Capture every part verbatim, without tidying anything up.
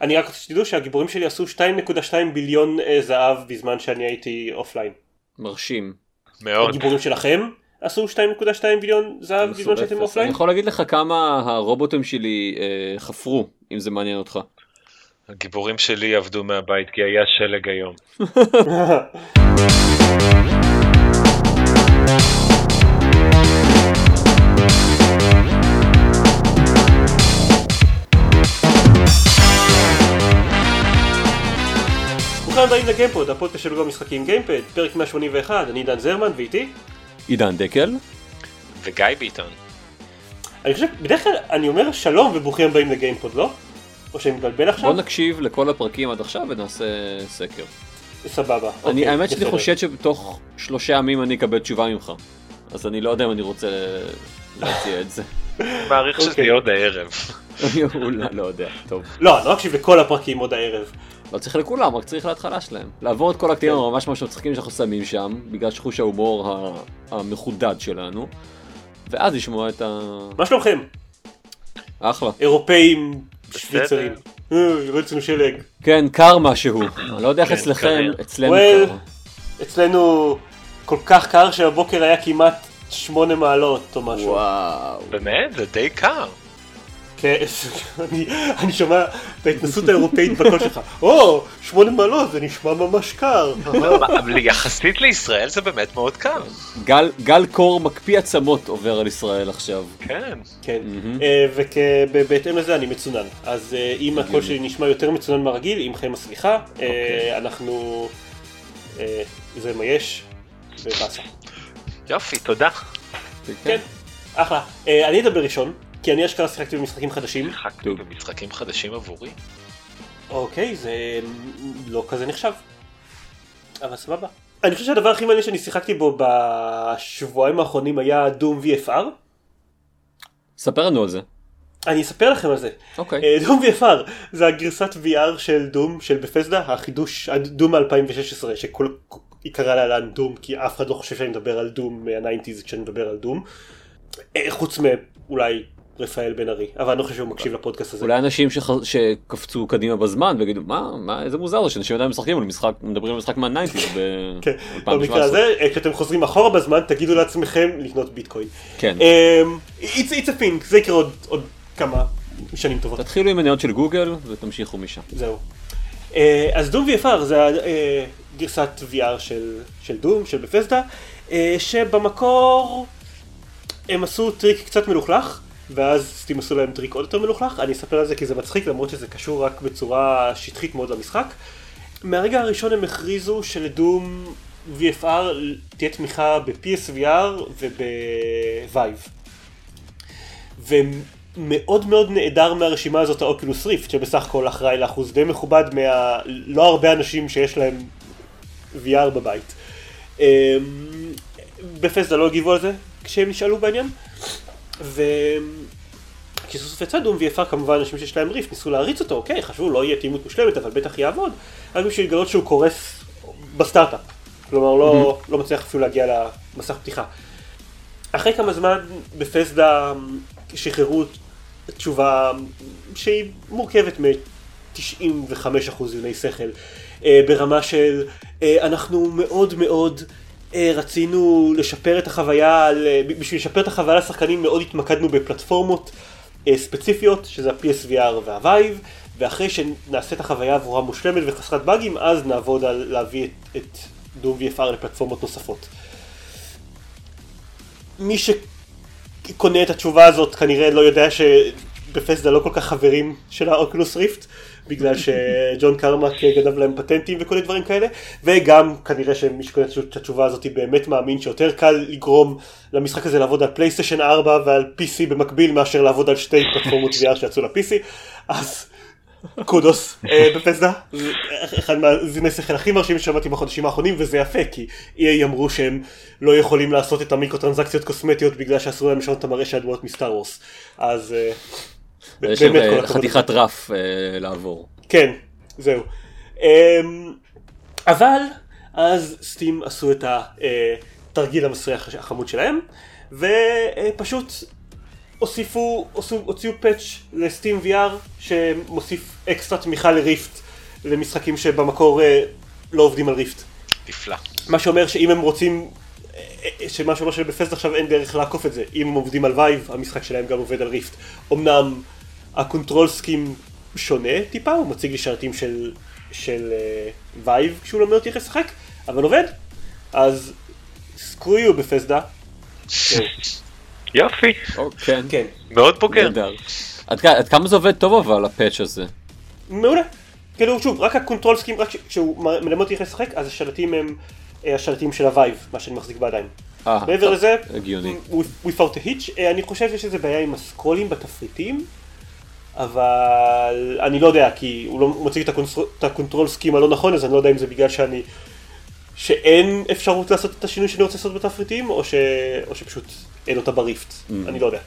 אני רק רוצה שתדעו שהגיבורים שלי עשו שתיים נקודה שתיים ביליון זהב בזמן שאני הייתי אופליין. מרשים. מאוד. הגיבורים שלכם עשו שתיים נקודה שתיים ביליון זהב בזמן שהייתם אופליין? אני יכול להגיד לך כמה הרובוטים שלי אה, חפרו, אם זה מעניין אותך. הגיבורים שלי עבדו מהבית כי היה שלג היום. ברוכים הבאים לגיימפוד, הפודקאסט של גם משחקים גיימפד, פרק מאה שמונים ואחת, אני דן זרמן ואיתי עידן דקל וגיא ביטון. אני חושב, בדרך כלל אני אומר שלום וברוכים הבאים לגיימפוד, לא? או שאני מתבלבל עכשיו? בוא נקשיב לכל הפרקים עד עכשיו ונעשה סקר. סבבה. אני, אוקיי, האמת שאני בסדר. חושד שבתוך שלושה ימים אני אקבל תשובה ממך. אז אני לא יודע אם אני רוצה להציע את זה. מעריך שזה אוקיי. יהיה עוד הערב. אני אולי לא יודע, טוב. לא, אני לא אקשיב לכל הפרקים עוד הערב. לא צריך לכולם, רק צריך להתחלה שלהם. לעבור את כל הקטעים הממש ממש מצחיקים שאנחנו שמים שם, בגלל שחוש ההומור ה- המחודד שלנו. ואז לשמוע את ה... מה שלומכם? אחלה. אירופאים, שוויצרים. אה, יורד אצלנו שלג. כן, קר משהו. אני לא יודע איך כן, אצלכם, קריר. אצלנו well, קר. אצלנו כל כך קר שהבוקר היה כמעט שמונה מעלות או משהו. וואו. באמת? זה די קר. כן, אני, אני שומע את ההתנסות האירופאית בקול שלך. או, שמונה מעלות, זה נשמע ממש קר. אבל יחסית לישראל זה באמת מאוד קר. גל, גל קור מקפיא עצמות עובר על ישראל עכשיו. כן. כן, ובהתאם לזה אני מצונן. אז אה, אם הקול שלי נשמע יותר מצונן מהרגיל, עמכם הסליחה, אה, אנחנו... אה, זה מה יש, ובאסה. יופי, תודה. כן, אחלה. אה, אני אדבר ראשון, כי אני אשכרה שיחקתי במשחקים חדשים. שיחקתי במשחקים חדשים עבורי. אוקיי, זה לא כזה נחשב. אבל סבבה. אני חושב שהדבר הכי מעניין שאני שיחקתי בו בשבועיים האחרונים היה דום וי אף אר. ספר לנו על זה. אני אספר לכם על זה. אוקיי. דום וי אף אר זה הגרסת וי אר של דום של בפסדה, החידוש דום אלפיים ושש עשרה שכל עיקרה להלן דום, כי אף אחד לא חושב שאני מדבר על דום מה-תשעים כשאני מדבר על דום. חוץ מאולי רפאל בן ארי, אבל אני לא חושב שהוא מקשיב לפודקאסט הזה. אולי אנשים שח... שקפצו קדימה בזמן וגידו, מה, מה, איזה מוזר זה שאנשים עדיין משחקים, משחק, מדברים על משחק מה-תשעים ב... כן, במקרה הזה, כשאתם חוזרים אחורה בזמן, תגידו לעצמכם לקנות ביטקוין. כן. It's, it's a thing, זה יקרה עוד, עוד כמה שנים טובות. תתחילו עם מניות של גוגל ותמשיכו משם. זהו. אז דום וי אף אר זה גרסת וי אר של, של דום, של בפסדה, שבמקור הם עשו טריק קצת מלוכלך, ואז סטים עשו להם טריק עוד יותר מלוכלך. אני אספר על זה כי זה מצחיק, למרות שזה קשור רק בצורה שטחית מאוד למשחק. מהרגע הראשון הם הכריזו שלדום וי אף אר תהיה תמיכה ב-פי אס וי אר וב-Vive. ומאוד מאוד נעדר מהרשימה הזאת האוקולוס ריפט, שבסך הכל אחראי לאחוז די מכובד מה... לא הרבה אנשים שיש להם וי אר בבית. בפסדה לא הגיבו על זה כשהם נשאלו בעניין. וכסוף יצא דום וי אף אר כמובן אנשים שיש להם ריפט ניסו להריץ אותו, אוקיי, חשבו לא יהיה תאימות מושלמת אבל בטח יעבוד, רק בשביל לגלות שהוא קורס בסטארט-אפ, כלומר לא, לא מצליח אפילו להגיע למסך פתיחה. אחרי כמה זמן בפסדה שחררו תשובה שהיא מורכבת מ-תשעים וחמישה אחוז יוני שכל, ברמה של אנחנו מאוד מאוד רצינו לשפר את החוויה, בשביל לשפר את החוויה לשחקנים מאוד התמקדנו בפלטפורמות ספציפיות, שזה ה-פי אס וי אר וה-Vive, ואחרי שנעשה את החוויה עבורה מושלמת וחסרת באגים, אז נעבוד על להביא את, את דום וי אף אר לפלטפורמות נוספות. מי שקונה את התשובה הזאת כנראה לא יודע שבפסדה לא כל כך חברים של האוקולוס ריפט, בגלל שג'ון קרמק גנב להם פטנטים וכל דברים כאלה, וגם כנראה שמי שקונה את התשובה הזאת באמת מאמין שיותר קל לגרום למשחק הזה לעבוד על פלייסטיישן ארבע ועל פי סי במקביל מאשר לעבוד על שתי פלטפורמות וי אר שיצאו ל-פי סי, אז קודוס בפסדה, אחד מהזיני שכל הכי מרשים ששמעתי בחודשים האחרונים, וזה יפה כי אי איי אמרו שהם לא יכולים לעשות את המיקרו-טרנזקציות קוסמטיות בגלל שאסרו להם לשנות את המראה של הדמויות מסטאר וורס, אז יש חתיכת רף לעבור. כן, זהו. אבל אז סטים עשו את התרגיל המסריח החמוד שלהם, ופשוט הוסיפו, הוציאו פאץ' לסטים וי אר שמוסיף אקסטרה תמיכה לריפט למשחקים שבמקור לא עובדים על ריפט. נפלא. מה שאומר שאם הם רוצים, שמה שאומר שבפסט עכשיו אין דרך לעקוף את זה, אם הם עובדים על וייב, המשחק שלהם גם עובד על ריפט. אמנם הקונטרול סקים שונה טיפה, הוא מציג לי שרתים של, של וייב כשהוא לומד אותי איך לשחק, אבל עובד. אז סקרו בפסדה. יופי. כן. כן. מאוד בוגר. עד כמה זה עובד טוב אבל הפאץ' הזה? מעולה. כאילו שוב, רק הקונטרול סקים, רק כשהוא מלמד אותי איך לשחק, אז השלטים הם השלטים של הווייב, מה שאני מחזיק בידיים. מעבר לזה, הגיוני. without a hitch, אני חושב שיש איזה בעיה עם הסקרולים בתפריטים, אבל אני לא יודע, כי הוא, לא, הוא מציג את הקונטרול סקים הלא נכון, אז אני לא יודע אם זה בגלל שאני, שאין אפשרות לעשות את השינוי שאני רוצה לעשות בתפריטים, או, ש, או שפשוט אין אותה בריפט, mm. אני לא יודע.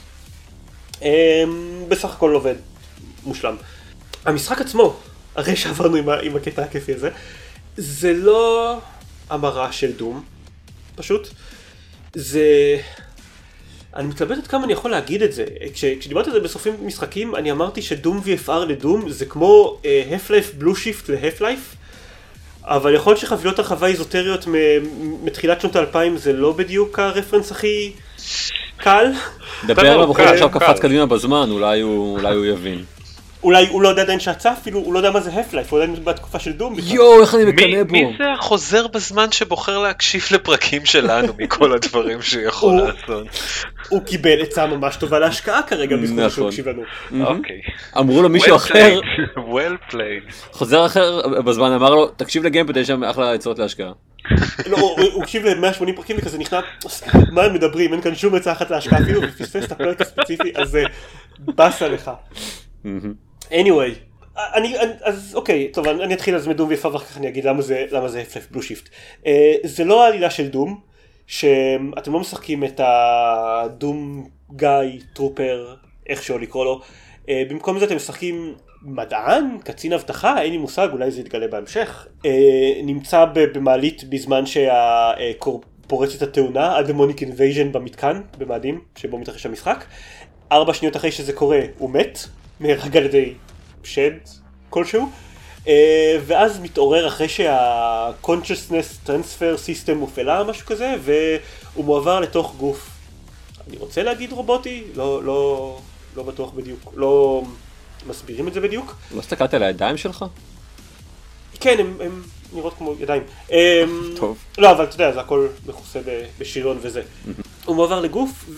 בסך הכל עובד מושלם. המשחק עצמו, הרי שעברנו עם, עם הקטע הכיפי הזה, זה לא המראה של דום, פשוט. זה... אני מתלבט עד כמה אני יכול להגיד את זה. כש, כשדיברתי על זה בסופים משחקים, אני אמרתי שדום וי אף אר לדום זה כמו uh, Half-Life Blue Shift ל-Half-Life, אבל יכול להיות שחבילות הרחבה איזוטריות מתחילת שנות האלפיים זה לא בדיוק הרפרנס הכי קל. דבר עם הבחור עכשיו קפץ קדימה בזמן, אולי הוא, אולי הוא יבין. אולי הוא לא יודע עדיין שעצה, אפילו הוא לא יודע מה זה Half-Life, הוא עדיין בתקופה של דום. יואו, איך אני מקנא בו. מי זה החוזר בזמן שבוחר להקשיב לפרקים שלנו מכל הדברים שהוא יכול לעשות? הוא קיבל עצה ממש טובה להשקעה כרגע בזכות שהוא הקשיב לנו. אוקיי. אמרו לו מישהו אחר, well played. חוזר אחר בזמן אמר לו, תקשיב לגיימפד, יש שם אחלה עצות להשקעה. לא, הוא הקשיב ל-מאה ושמונים פרקים וכזה נכנע, מה הם מדברים, אין כאן שום עצה אחת להשקעה, אפילו ופספס את הפרק הספציפי, אז בסה לך. anyway, אני, אז אוקיי, טוב, אני אתחיל אז מדום ויפה ואחר כך אני אגיד למה זה, למה זה Half-Life Blue Shift. Uh, זה לא העלילה של דום, שאתם לא משחקים את הדום גיא, טרופר, איך שהוא לקרוא לו, uh, במקום זה אתם משחקים מדען, קצין הבטחה, אין לי מושג, אולי זה יתגלה בהמשך, uh, נמצא במעלית בזמן שהפורצת התאונה, הדמוניק אינבייז'ן במתקן, במאדים, שבו מתרחש המשחק, ארבע שניות אחרי שזה קורה הוא מת, נהרג על ידי שד כלשהו, ואז מתעורר אחרי שה-consciousness transfer system מופעלה משהו כזה, והוא מועבר לתוך גוף, אני רוצה להגיד רובוטי, לא, לא, לא בטוח בדיוק, לא מסבירים את זה בדיוק. לא הסתכלת על הידיים שלך? כן, הם נראות כמו ידיים. טוב. לא, אבל אתה יודע, זה הכל מכוסה בשריון וזה. הוא מועבר לגוף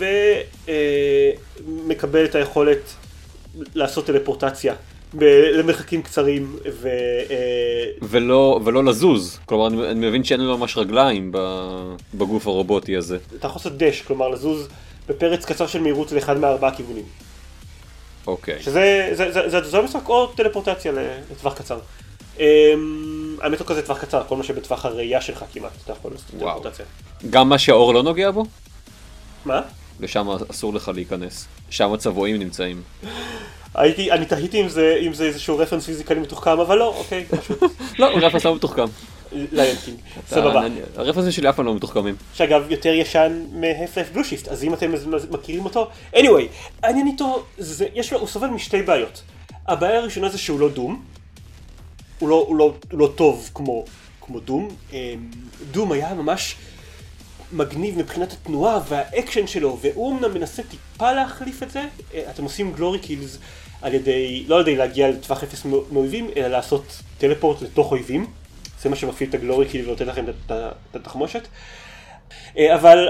ומקבל את היכולת לעשות טלפורטציה למרחקים קצרים ו... ולא, ולא לזוז, כלומר אני, אני מבין שאין לו ממש רגליים בגוף הרובוטי הזה. אתה יכול לעשות דש, כלומר לזוז בפרץ קצר של מהירות לאחד מהארבעה כיוונים. אוקיי. שזה זה, זה, זה, זה המשחק או טלפורטציה לטווח קצר. האמת לא כזה טווח קצר, כל מה שבטווח הראייה שלך כמעט, אתה יכול לעשות טלפורטציה. גם מה שהאור לא נוגע בו? מה? לשם אסור לך להיכנס, שם הצבועים נמצאים. הייתי, אני תהיתי אם זה, אם זה איזשהו רפרנס פיזיקלי מתוחכם, אבל לא, אוקיי, פשוט. לא, הוא רפרנס לא מתוחכם. ליינקינג, סבבה. הרפרנסים שלי אף פעם לא מתוחכמים. שאגב, יותר ישן מ-Half-Life Blue Shift, אז אם אתם מכירים אותו, anyway, העניין איתו, זה, יש לו, הוא סובל משתי בעיות. הבעיה הראשונה זה שהוא לא דום, הוא לא, הוא לא, הוא לא טוב כמו, כמו דום. דום היה ממש מגניב מבחינת התנועה והאקשן שלו, והוא אמנם מנסה טיפה להחליף את זה. אתם עושים גלורי קילס על ידי, לא על ידי להגיע לטווח אפס מאויבים, אלא לעשות טלפורט לתוך אויבים. זה מה שמפעיל את הגלורי קיל ונותן לכם את התחמושת. אבל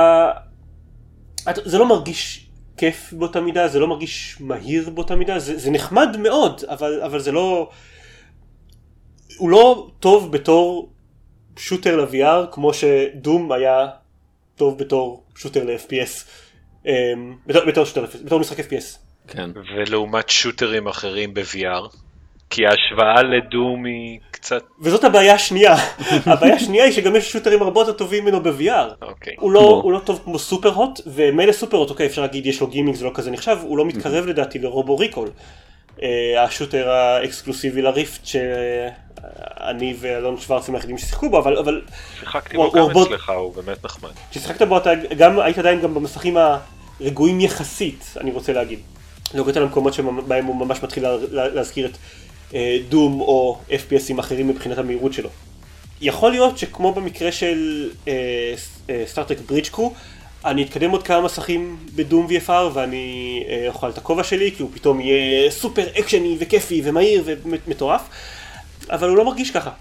זה לא מרגיש כיף באותה מידה, זה לא מרגיש מהיר באותה מידה, זה, זה נחמד מאוד, אבל, אבל זה לא... הוא לא טוב בתור שוטר ל-וי אר, כמו שדום היה טוב בתור שוטר ל-אף פי אס. בתור, בתור, שוטר, בתור משחק אף פי אס. כן. ולעומת שוטרים אחרים ב-וי אר. כי ההשוואה לדום היא קצת... וזאת הבעיה השנייה. הבעיה השנייה היא שגם יש שוטרים הרבה יותר טובים ממנו ב-וי אר. אוקיי. הוא לא, הוא לא טוב כמו סופר-הוט, ומילא סופר-הוט, אוקיי, אפשר להגיד יש לו גימינג, זה לא כזה נחשב, הוא לא מתקרב לדעתי לרובו ריקול. השוטר האקסקלוסיבי לריפט שאני ואלון שוורצים היחידים ששיחקו בו, אבל... שיחקתי בו גם אצלך, הוא באמת נחמד. כששיחקת בו, אתה גם היית עדיין גם במסכים ה... רגועים יחסית, אני רוצה להגיד. לא קטע למקומות שבהם הוא ממש מתחיל להזכיר את דום או אף פי אסים אחרים מבחינת המהירות שלו. יכול להיות שכמו במקרה של סטארטרק ברידג' קרו, אני אתקדם עוד כמה מסכים בדום וי אף אר ואני אוכל את הכובע שלי, כי הוא פתאום יהיה סופר אקשני וכיפי ומהיר ומטורף, אבל הוא לא מרגיש ככה.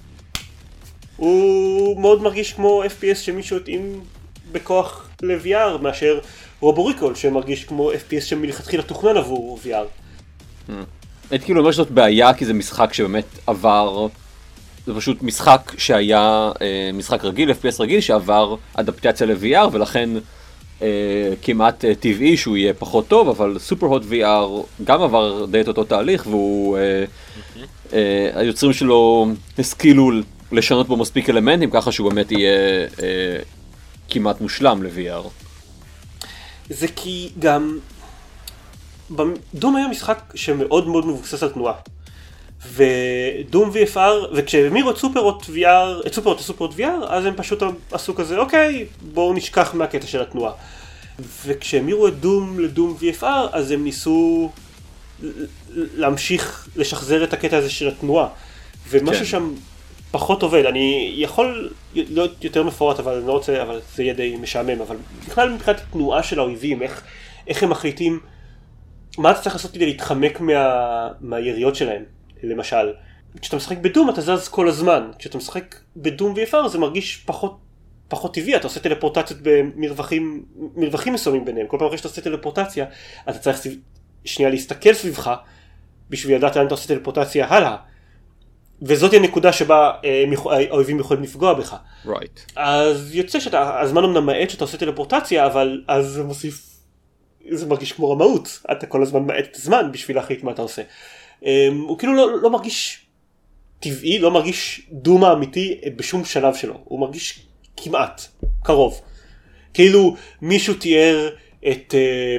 הוא מאוד מרגיש כמו אף פי אס שמישהו התאים בכוח ל-וי אר, מאשר רובוריקול שמרגיש כמו אף פי אס שמלכתחילה תוכנן עבור וי אר. הייתי כאילו אומר שזאת בעיה, כי זה משחק שבאמת עבר, זה פשוט משחק שהיה אה, משחק רגיל, אף פי אס רגיל, שעבר אדפטציה ל-וי אר, ולכן אה, כמעט אה, טבעי שהוא יהיה פחות טוב, אבל סופר הוט וי אר גם עבר די את אותו תהליך, והוא, אה, אה, היוצרים שלו השכילו לשנות בו מספיק אלמנטים, ככה שהוא באמת יהיה אה, כמעט מושלם ל-וי אר. זה כי גם דום היה משחק שמאוד מאוד מבוסס על תנועה, ודום וי אף אר, וכשהמירו את סופר-הוט וי אר, את סופר-הוט לסופר-הוט וי אר, אז הם פשוט עשו כזה, אוקיי, בואו נשכח מהקטע של התנועה. וכשהמירו את דום לדום וי אף אר, אז הם ניסו להמשיך לשחזר את הקטע הזה של התנועה, ומשהו כן. שם פחות עובד. אני יכול להיות יותר מפורט, אבל אני לא רוצה, אבל זה יהיה די משעמם, אבל בכלל מבחינת התנועה של האויבים, איך, איך הם מחליטים, מה אתה צריך לעשות כדי להתחמק מה, מהיריות שלהם, למשל. כשאתה משחק בדום אתה זז כל הזמן, כשאתה משחק בדום וי אף אר זה מרגיש פחות, פחות טבעי, אתה עושה טלפורטציות במרווחים, מרווחים מסוימים ביניהם, כל פעם אחרי שאתה עושה טלפורטציה, אתה צריך שנייה להסתכל סביבך, בשביל לדעת לאן אתה עושה טלפורטציה הלאה. וזאת היא הנקודה שבה האויבים יכולים לפגוע בך. Right. אז יוצא שאתה, הזמן אומנם מעט שאתה עושה טלפורטציה, אבל אז זה מוסיף, זה מרגיש כמו רמאות, אתה כל הזמן מעט את הזמן בשביל להחליט מה אתה עושה. הוא כאילו לא, לא מרגיש טבעי, לא מרגיש דום האמיתי בשום שלב שלו, הוא מרגיש כמעט קרוב. כאילו מישהו תיאר את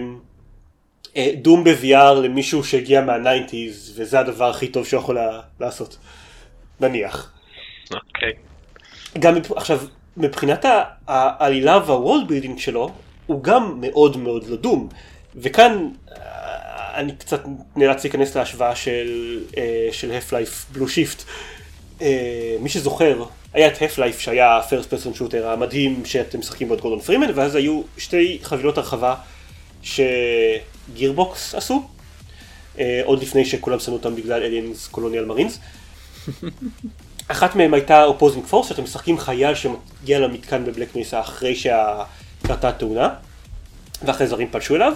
דום ב-וי אר למישהו שהגיע מה-תשעים, וזה הדבר הכי טוב שהוא יכול לעשות. נניח. אוקיי. גם עכשיו, מבחינת העלילה והוורלד בילדינג שלו, הוא גם מאוד מאוד לא דום. וכאן אני קצת נאלץ להיכנס להשוואה של, של Half-Life Blue Shift. מי שזוכר, היה את Half-Life שהיה First Person Shooter המדהים שאתם משחקים בו את גורדון פרימן, ואז היו שתי חבילות הרחבה שגירבוקס עשו, עוד לפני שכולם שנו אותם בגלל Aliens Colonial Marines. אחת מהם הייתה Opposing Force, שאתם משחקים חייל שמגיע למתקן בבלק מייסה אחרי שקרתה התאונה, ואחרי זרים פלשו אליו.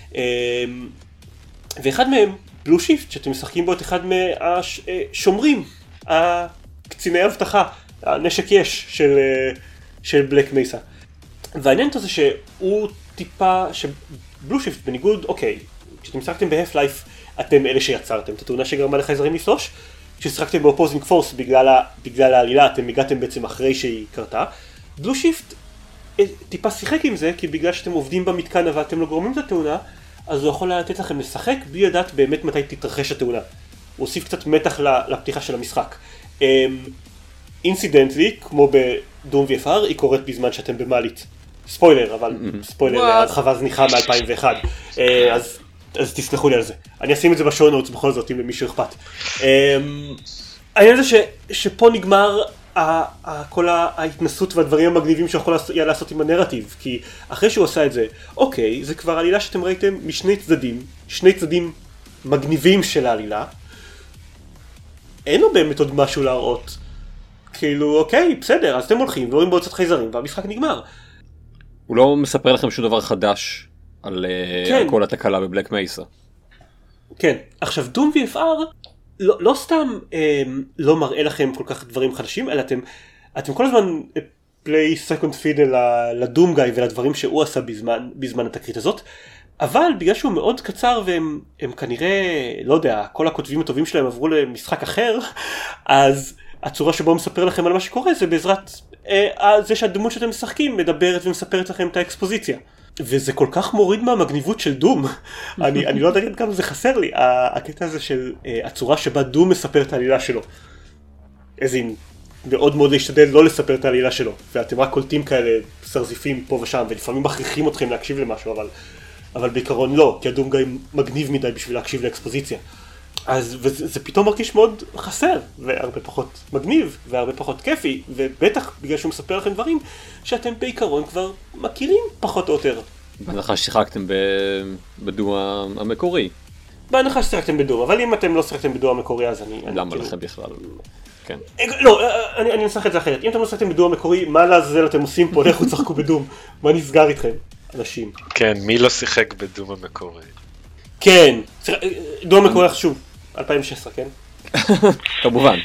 ואחד מהם, בלו שיפט, שאתם משחקים בו את אחד מהשומרים, הקציני הבטחה, הנשק יש של, של בלק מייסה. והעניין זה שהוא טיפה, שבלו שיפט בניגוד, אוקיי, כשאתם משחקתם ב-Half-Life, אתם אלה שיצרתם את התאונה שגרמה לחייזרים לפלוש, כששחקתם באופוזינג פורס בגלל, ה, בגלל העלילה, אתם הגעתם בעצם אחרי שהיא קרתה. בלו שיפט טיפה שיחק עם זה, כי בגלל שאתם עובדים במתקן ואתם לא גורמים את התאונה, אז הוא יכול לתת לכם לשחק בלי לדעת באמת מתי תתרחש התאונה. הוא הוסיף קצת מתח לפתיחה של המשחק. אינסידנטלי, כמו בדום וי אף אר, היא קורית בזמן שאתם במעלית. ספוילר, אבל ספוילר להרחבה זניחה מ-אלפיים ואחת. אז, אז תסלחו לי על זה. אני אשים את זה בשואו-נוטס בכל זאת, אם למישהו אכפת. העניין זה שפה נגמר כל ההתנסות והדברים המגניבים שיכול לעשות עם הנרטיב, כי אחרי שהוא עשה את זה, אוקיי, זה כבר עלילה שאתם ראיתם משני צדדים, שני צדדים מגניבים של העלילה, אין לו באמת עוד משהו להראות. כאילו, אוקיי, בסדר, אז אתם הולכים ורואים בעוצת חייזרים והמשחק נגמר. הוא לא מספר לכם שום דבר חדש על, כן. על כל התקלה בבלק מייסה. כן, עכשיו דום וי אף אר לא, לא סתם אה, לא מראה לכם כל כך דברים חדשים, אלא אתם, אתם כל הזמן פליי סקונד פידל לדום גאי ולדברים שהוא עשה בזמן, בזמן התקרית הזאת, אבל בגלל שהוא מאוד קצר והם הם כנראה, לא יודע, כל הכותבים הטובים שלהם עברו למשחק אחר, אז הצורה שבו הוא מספר לכם על מה שקורה זה בעזרת אה, זה שהדמות שאתם משחקים מדברת ומספרת לכם את האקספוזיציה. וזה כל כך מוריד מהמגניבות של דום. אני, אני לא יודע כמה זה חסר לי, הקטע הזה של הצורה שבה דום מספר את העלילה שלו. איזה מאוד מאוד להשתדל לא לספר את העלילה שלו, ואתם רק קולטים כאלה סרזיפים פה ושם, ולפעמים מכריחים אתכם להקשיב למשהו, אבל אבל בעיקרון לא, כי הדום גם מגניב מדי בשביל להקשיב לאקספוזיציה. אז וזה, זה פתאום מרגיש מאוד חסר, והרבה פחות מגניב, והרבה פחות כיפי, ובטח בגלל שהוא מספר לכם דברים שאתם בעיקרון כבר מכירים פחות או יותר. בהנחה ששיחקתם בדום המקורי. בהנחה ששיחקתם בדום, אבל אם אתם לא שיחקתם בדום המקורי אז אני... למה לכם בכלל? כן. לא, אני, אני אנסח את זה אחרת. אם אתם לא שיחקתם בדום המקורי, מה לעזאזל אתם עושים פה? לכו תשחקו בדום. מה נסגר איתכם, אנשים? כן, מי לא שיחק בדום המקורי? כן, דום המקורי חשוב. אלפיים ושש עשרה, כן? כמובן.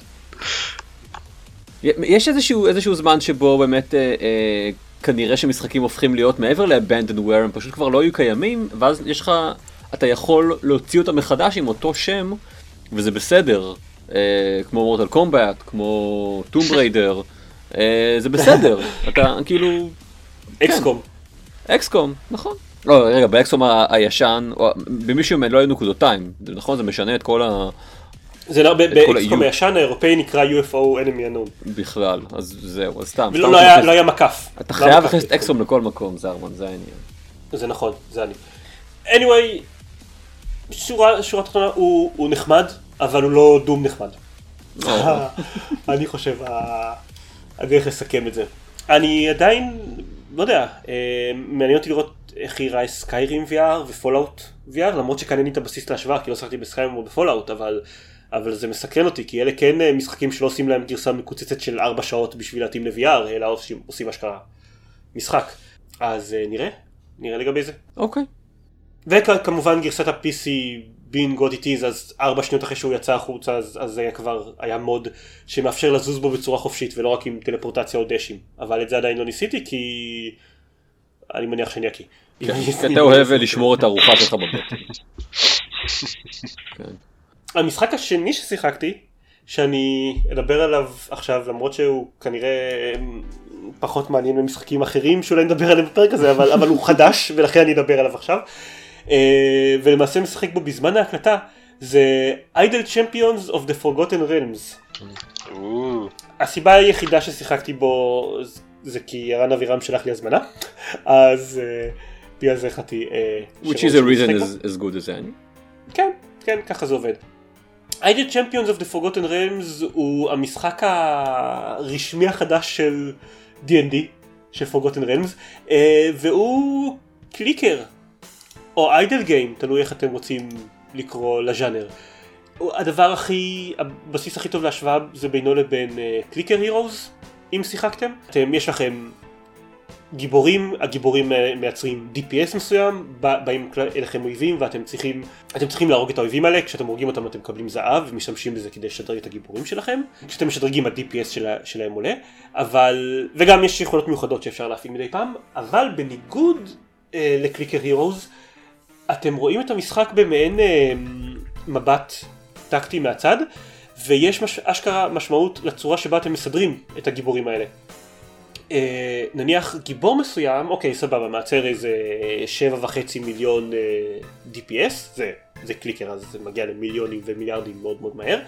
יש איזשהו, איזשהו זמן שבו באמת אה, אה, כנראה שמשחקים הופכים להיות מעבר ל-abandoned where הם פשוט כבר לא יהיו קיימים, ואז יש לך, אתה יכול להוציא אותם מחדש עם אותו שם, וזה בסדר. אה, כמו מורטל קומבט, כמו טום בריידר, אה, זה בסדר. אתה כאילו... אקסקום. כן. אקסקום, נכון. לא, רגע, באקסקום הישן, במישהו מהם לא היו נקודותיים, נכון? זה משנה את כל ה... זה לא, באקסקום הישן האירופאי נקרא יו אף או Enemy Unknown. בכלל, אז זהו, אז סתם. ולא לא היה מקף. אתה חייב להכניס את אקסקום לכל מקום, זה ארמן, זה העניין. זה נכון, זה אני. anyway, שורה תחתונה, הוא נחמד, אבל הוא לא דום נחמד. אני חושב, הדרך לסכם את זה. אני עדיין, לא יודע, מעניין אותי לראות איך ייראה סקיירים וי אר ופולאוט וי אר, למרות שכאן אין לי את הבסיס להשוואה, כי לא שחקתי בסקיירים או בפולאוט, אבל, אבל זה מסקרן אותי, כי אלה כן משחקים שלא עושים להם גרסה מקוצצת של ארבע שעות בשביל להתאים ל-וי אר, אלא עושים, עושים השקעה משחק. אז נראה, נראה לגבי זה. אוקיי. וכמובן גרסת ה-פי סי בין גוד איט איז, אז ארבע שניות אחרי שהוא יצא החוצה, אז, אז זה היה כבר, היה מוד שמאפשר לזוז בו בצורה חופשית, ולא רק עם טלפורטציה או דשים. אבל את זה עדיין לא ניסיתי, כי אני מניח שאני אקי. כי אתה אוהב לשמור את הארוחה שלך בבטן. המשחק השני ששיחקתי, שאני אדבר עליו עכשיו, למרות שהוא כנראה פחות מעניין ממשחקים אחרים, שאולי נדבר עליהם בפרק הזה, אבל, אבל הוא חדש, ולכן אני אדבר עליו עכשיו. ולמעשה משחק בו בזמן ההקלטה, זה Idle Champions of the Forgotten Realms. הסיבה היחידה ששיחקתי בו זה כי הרן אבירם שלח לי הזמנה, אז בגלל זה החלטתי... Which is a reason as, as good as any. כן, כן, ככה זה עובד. Idle Champions of the Forgotten Realms הוא המשחק הרשמי החדש של די אנד די, של Forgotten Realms, והוא קליקר, או Idle Game, תלוי איך אתם רוצים לקרוא לז'אנר. הדבר הכי, הבסיס הכי טוב להשוואה זה בינו לבין קליקר הירוס, אם שיחקתם. אתם, יש לכם גיבורים, הגיבורים מייצרים די פי אס מסוים, באים אליכם אויבים ואתם צריכים, אתם צריכים להרוג את האויבים האלה, כשאתם הורגים אותם אתם מקבלים זהב ומשתמשים בזה כדי לשדרג את הגיבורים שלכם. כשאתם משדרגים ה-די פי אס שלה, שלהם עולה, אבל, וגם יש יכולות מיוחדות שאפשר להפיק מדי פעם, אבל בניגוד אה, לקליקר הירוס, אתם רואים את המשחק במעין אה, מבט טקטי מהצד, ויש מש, אשכרה משמעות לצורה שבה אתם מסדרים את הגיבורים האלה. אה, נניח גיבור מסוים, אוקיי סבבה, מעצר איזה שבע וחצי מיליון אה, די פי אס, זה, זה קליקר אז זה מגיע למיליונים ומיליארדים מאוד מאוד מהר,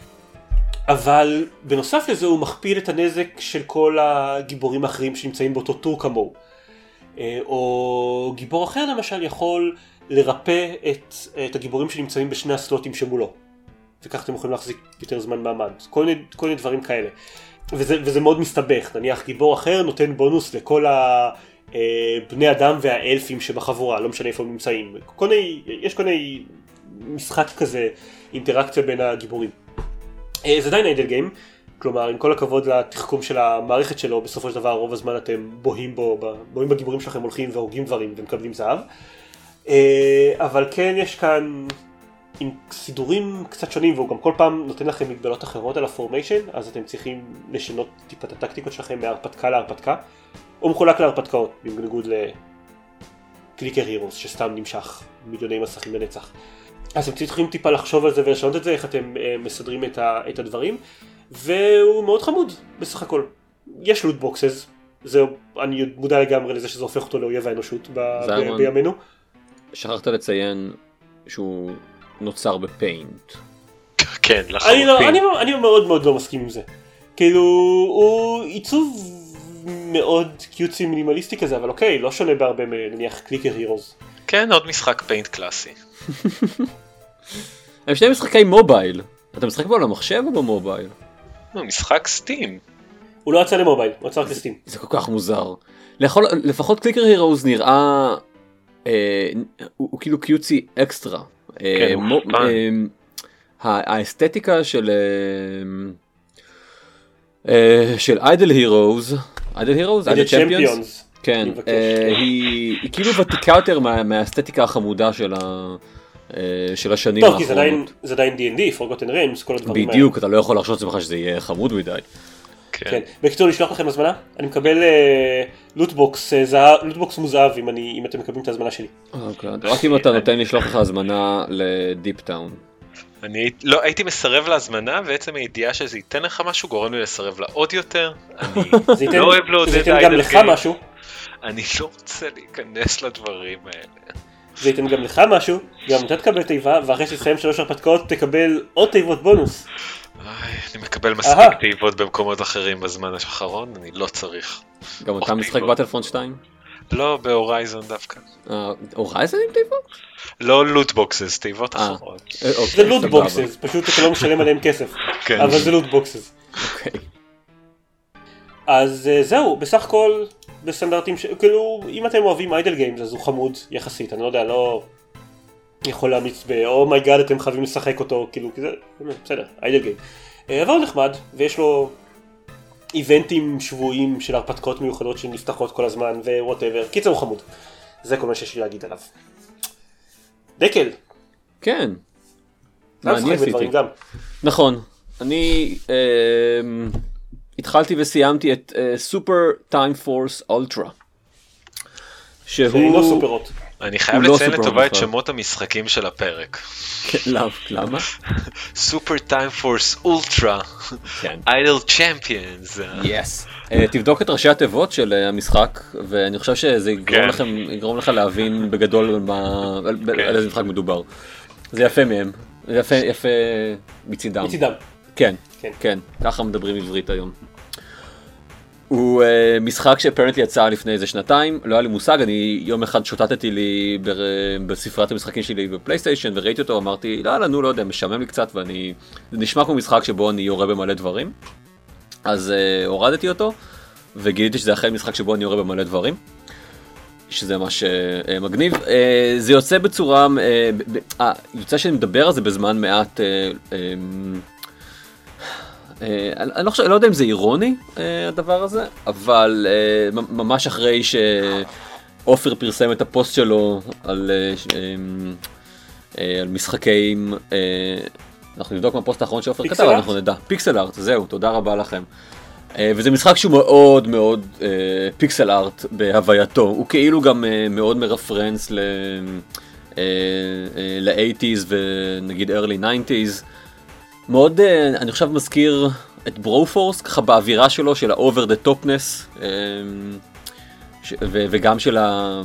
אבל בנוסף לזה הוא מכפיל את הנזק של כל הגיבורים האחרים שנמצאים באותו טור כמוהו. אה, או גיבור אחר למשל יכול לרפא את, את הגיבורים שנמצאים בשני הסלוטים שמולו. וכך אתם יכולים להחזיק יותר זמן מעמד. כל מיני, כל מיני דברים כאלה. וזה, וזה מאוד מסתבך. נניח גיבור אחר נותן בונוס לכל הבני אדם והאלפים שבחבורה, לא משנה איפה הם נמצאים. כל מיני, יש כל מיני משחק כזה, אינטראקציה בין הגיבורים. זה עדיין איידל גיים. כלומר, עם כל הכבוד לתחכום של המערכת שלו, בסופו של דבר רוב הזמן אתם בוהים בו, בוהים בגיבורים שלכם, הולכים והורגים דברים ומקבלים זהב. אבל כן יש כאן עם סידורים קצת שונים, והוא גם כל פעם נותן לכם מגבלות אחרות על הפורמיישן, אז אתם צריכים לשנות טיפה את הטקטיקות שלכם מהרפתקה להרפתקה. הוא מחולק להרפתקאות, בניגוד לקליקר הירוס שסתם נמשך מיליוני מסכים לנצח. אז אתם צריכים טיפה לחשוב על זה ולשנות את זה, איך אתם מסדרים את הדברים, והוא מאוד חמוד בסך הכל. יש לוט בוקסס, זהו, אני מודע לגמרי לזה שזה הופך אותו לאויב האנושות ב- בימינו. שכחת לציין שהוא נוצר בפיינט. כן, לחלוטין. אני, לא, אני, אני מאוד מאוד לא מסכים עם זה. כאילו, הוא עיצוב מאוד קיוצי מינימליסטי כזה, אבל אוקיי, לא שונה בהרבה מנניח קליקר הירוס. כן, עוד משחק פיינט קלאסי. הם שני משחקי מובייל. אתה משחק בו על המחשב או במובייל? הוא משחק סטים. הוא לא יצא למובייל, הוא יצא רק לסטים. זה כל כך מוזר. לכל, לפחות קליקר הירוז נראה, אה, הוא, הוא כאילו קיוצי אקסטרה. כן, אה, הוא מו, חפן. אה, האסתטיקה של אה, אה, של איידל הירוז, איידל הירוז, איידל צ'מפיונס, כן, אה, היא, היא כאילו ותיקה יותר מה, מהאסתטיקה החמודה של ה... של השנים האחרונות. האחרונות. טוב, כי זה עדיין די אנד די, Forgotten Realms, כל הדברים האלה. בדיוק, אתה לא יכול לחשוב לעצמך שזה יהיה חמוד מדי. כן. בקיצור, לשלוח לכם הזמנה, אני מקבל לוטבוקס, לוטבוקס מוזהב אם אתם מקבלים את ההזמנה שלי. רק אם אתה נותן לשלוח לך הזמנה לדיפ טאון. אני לא, הייתי מסרב להזמנה, ועצם הידיעה שזה ייתן לך משהו גורם לי לסרב לה עוד יותר. אני לא אוהב לעודד זה ייתן גם לך משהו. אני לא רוצה להיכנס לדברים האלה. זה ייתן גם לך משהו, גם אתה תקבל תיבה, ואחרי שתסיים שלוש הרפתקאות תקבל עוד תיבות בונוס. אני מקבל מספיק תיבות במקומות אחרים בזמן האחרון, אני לא צריך. גם אתה משחק באטלפרונט שתיים? לא, בהורייזון דווקא. הורייזון עם תיבות? לא לוטבוקסס, תיבות אחרות. זה לוטבוקסס, פשוט אתה לא משלם עליהם כסף, אבל זה לוטבוקסס. אוקיי. אז זהו, בסך הכל בסטנדרטים, כאילו אם אתם אוהבים איידל גיימס אז הוא חמוד יחסית, אני לא יודע, לא יכול להמליץ ב-אומייגאד אתם חייבים לשחק אותו, כאילו, כי זה, בסדר, איידל גיים. אבל הוא נחמד, ויש לו איבנטים שבועיים של הרפתקאות מיוחדות שנפתחות כל הזמן, ווואטאבר, קיצר הוא חמוד. זה כל מה שיש לי להגיד עליו. דקל. כן. מה משחק בדברים גם? נכון. אני התחלתי וסיימתי את סופר טיים פורס אולטרה. שהוא לא סופרות. אני חייב לציין לטובה את שמות המשחקים של הפרק. למה? סופר טיים פורס אולטרה. איידל צ'מפיונס. יס. תבדוק את ראשי התיבות של המשחק, ואני חושב שזה יגרום לך להבין בגדול על איזה משחק מדובר. זה יפה מהם. זה יפה, יפה מצידם. מצידם. כן, כן. ככה מדברים עברית היום. הוא uh, משחק שאפרנטלי יצא לפני איזה שנתיים, לא היה לי מושג, אני יום אחד שוטטתי לי ב- בספרת המשחקים שלי בפלייסטיישן וראיתי אותו, אמרתי, לא, לא, נו, לא יודע, משעמם לי קצת, ואני, זה נשמע כמו משחק שבו אני יורה במלא דברים, אז uh, הורדתי אותו, וגיליתי שזה אכן משחק שבו אני יורה במלא דברים, שזה ממש uh, מגניב. Uh, זה יוצא בצורה, uh, ב- uh, יוצא שאני מדבר על זה בזמן מעט, uh, uh, אני לא יודע אם זה אירוני הדבר הזה, אבל ממש אחרי שאופר פרסם את הפוסט שלו על משחקים, אנחנו נבדוק מהפוסט האחרון שאופר כתב, אנחנו נדע, פיקסל ארט, זהו, תודה רבה לכם. וזה משחק שהוא מאוד מאוד פיקסל ארט בהווייתו, הוא כאילו גם מאוד מרפרנס ל-שמונים ונגיד early תשעים. מאוד, אני חושב מזכיר את ברופורס, ככה באווירה שלו, של ה-over the topness, וגם של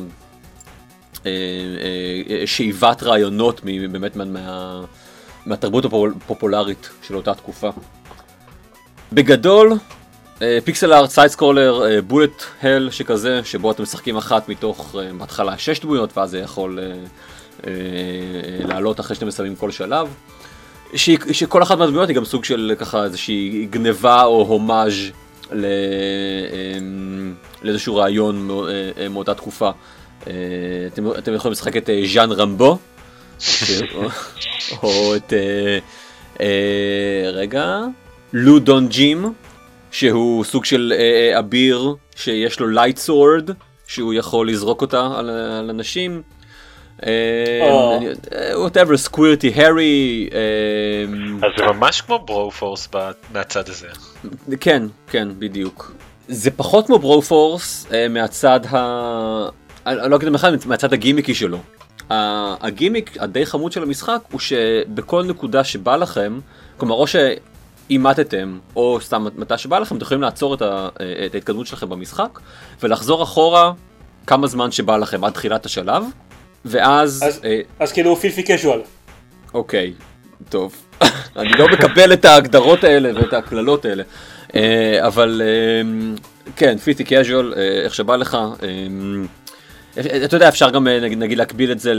שאיבת רעיונות באמת מהתרבות הפופולרית של אותה תקופה. בגדול, פיקסל ארט, סייד סקרולר, בולט הל שכזה, שבו אתם משחקים אחת מתוך בהתחלה שש דמויות, ואז זה יכול לעלות אחרי שאתם מסיימים כל שלב. שכל אחת מהדמויות היא גם סוג של ככה איזושהי גניבה או הומאז' לאיזשהו רעיון מאותה תקופה. אתם יכולים לשחק את ז'אן רמבו, או את, רגע, לו דון ג'ים, שהוא סוג של אביר שיש לו לייט סורד, שהוא יכול לזרוק אותה על אנשים. whatever, סקווירטי, הרי. אז זה ממש כמו ברופורס מהצד הזה. כן, כן, בדיוק. זה פחות כמו ברופורס מהצד ה... אני לא אגיד בכלל, מהצד הגימיקי שלו. הגימיק הדי חמוד של המשחק הוא שבכל נקודה שבא לכם, כלומר או שאימתתם או סתם מתי שבא לכם, אתם יכולים לעצור את ההתקדמות שלכם במשחק ולחזור אחורה כמה זמן שבא לכם עד תחילת השלב. ואז... אז, אה... אז כאילו פילפי קז'ואל. אוקיי, טוב. אני לא מקבל את ההגדרות האלה ואת הכללות האלה. אה, אבל אה, כן, פילפי קז'ואל, אה, איך שבא לך. אה, אתה יודע, אפשר גם נגיד להקביל את זה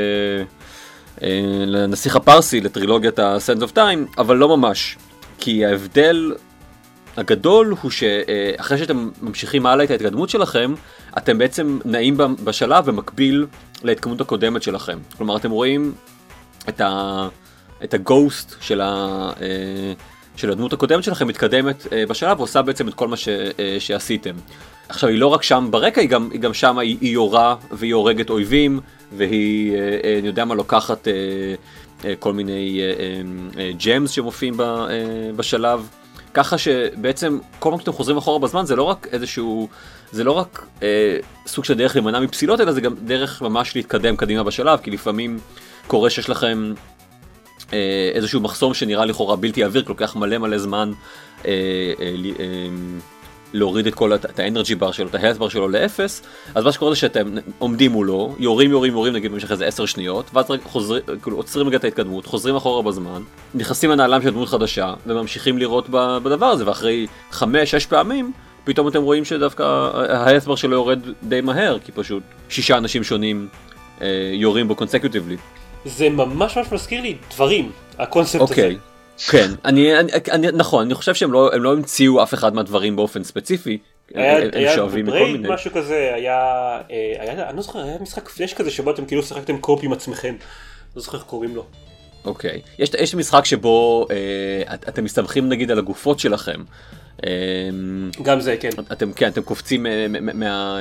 לנסיך הפרסי, לטרילוגיית ה-Sands of Time, אבל לא ממש. כי ההבדל הגדול הוא שאחרי שאתם ממשיכים הלאה את ההתקדמות שלכם, אתם בעצם נעים בשלב במקביל להתקדמות הקודמת שלכם. כלומר, אתם רואים את ה... את הגוסט של, ה, של הדמות הקודמת שלכם מתקדמת בשלב ועושה בעצם את כל מה ש, שעשיתם. עכשיו היא לא רק שם ברקע, היא גם, היא גם שם היא, היא יורה והיא הורגת אויבים והיא, אני יודע מה, לוקחת כל מיני ג'מס שמופיעים בשלב. ככה שבעצם כל פעם שאתם חוזרים אחורה בזמן זה לא רק איזשהו, זה לא רק אה, סוג של דרך להימנע מפסילות, אלא זה גם דרך ממש להתקדם קדימה בשלב, כי לפעמים קורה שיש לכם אה, איזשהו מחסום שנראה לכאורה בלתי עביר, כל כך מלא מלא זמן אה, אה, אה, להוריד את כל את האנרגי בר שלו, את ההלט בר שלו לאפס, אז מה שקורה זה שאתם עומדים מולו, יורים יורים יורים נגיד במשך איזה עשר שניות, ואז חוזרים, כאילו עוצרים רגע את ההתקדמות, חוזרים אחורה בזמן, נכנסים לנעלם של דמות חדשה, וממשיכים לראות בדבר הזה, ואחרי חמש, שש פעמים, פתאום אתם רואים שדווקא ההלט בר שלו יורד די מהר, כי פשוט שישה אנשים שונים אה, יורים בו קונסקיוטיבלי. זה ממש ממש מזכיר לי דברים, הקונספט okay. הזה. כן, אני, אני, אני, נכון, אני חושב שהם לא, הם לא המציאו אף אחד מהדברים באופן ספציפי, היה, הם, היה הם שואבים מכל מיני. משהו כזה, היה, היה, אני לא זוכר, היה משחק פלאש כזה שבו אתם כאילו שחקתם קופ עם עצמכם, לא זוכר איך קוראים לו. אוקיי, יש, יש משחק שבו אה, את, אתם מסתמכים נגיד על הגופות שלכם. אה, גם זה, כן. אתם, כן, אתם קופצים מה,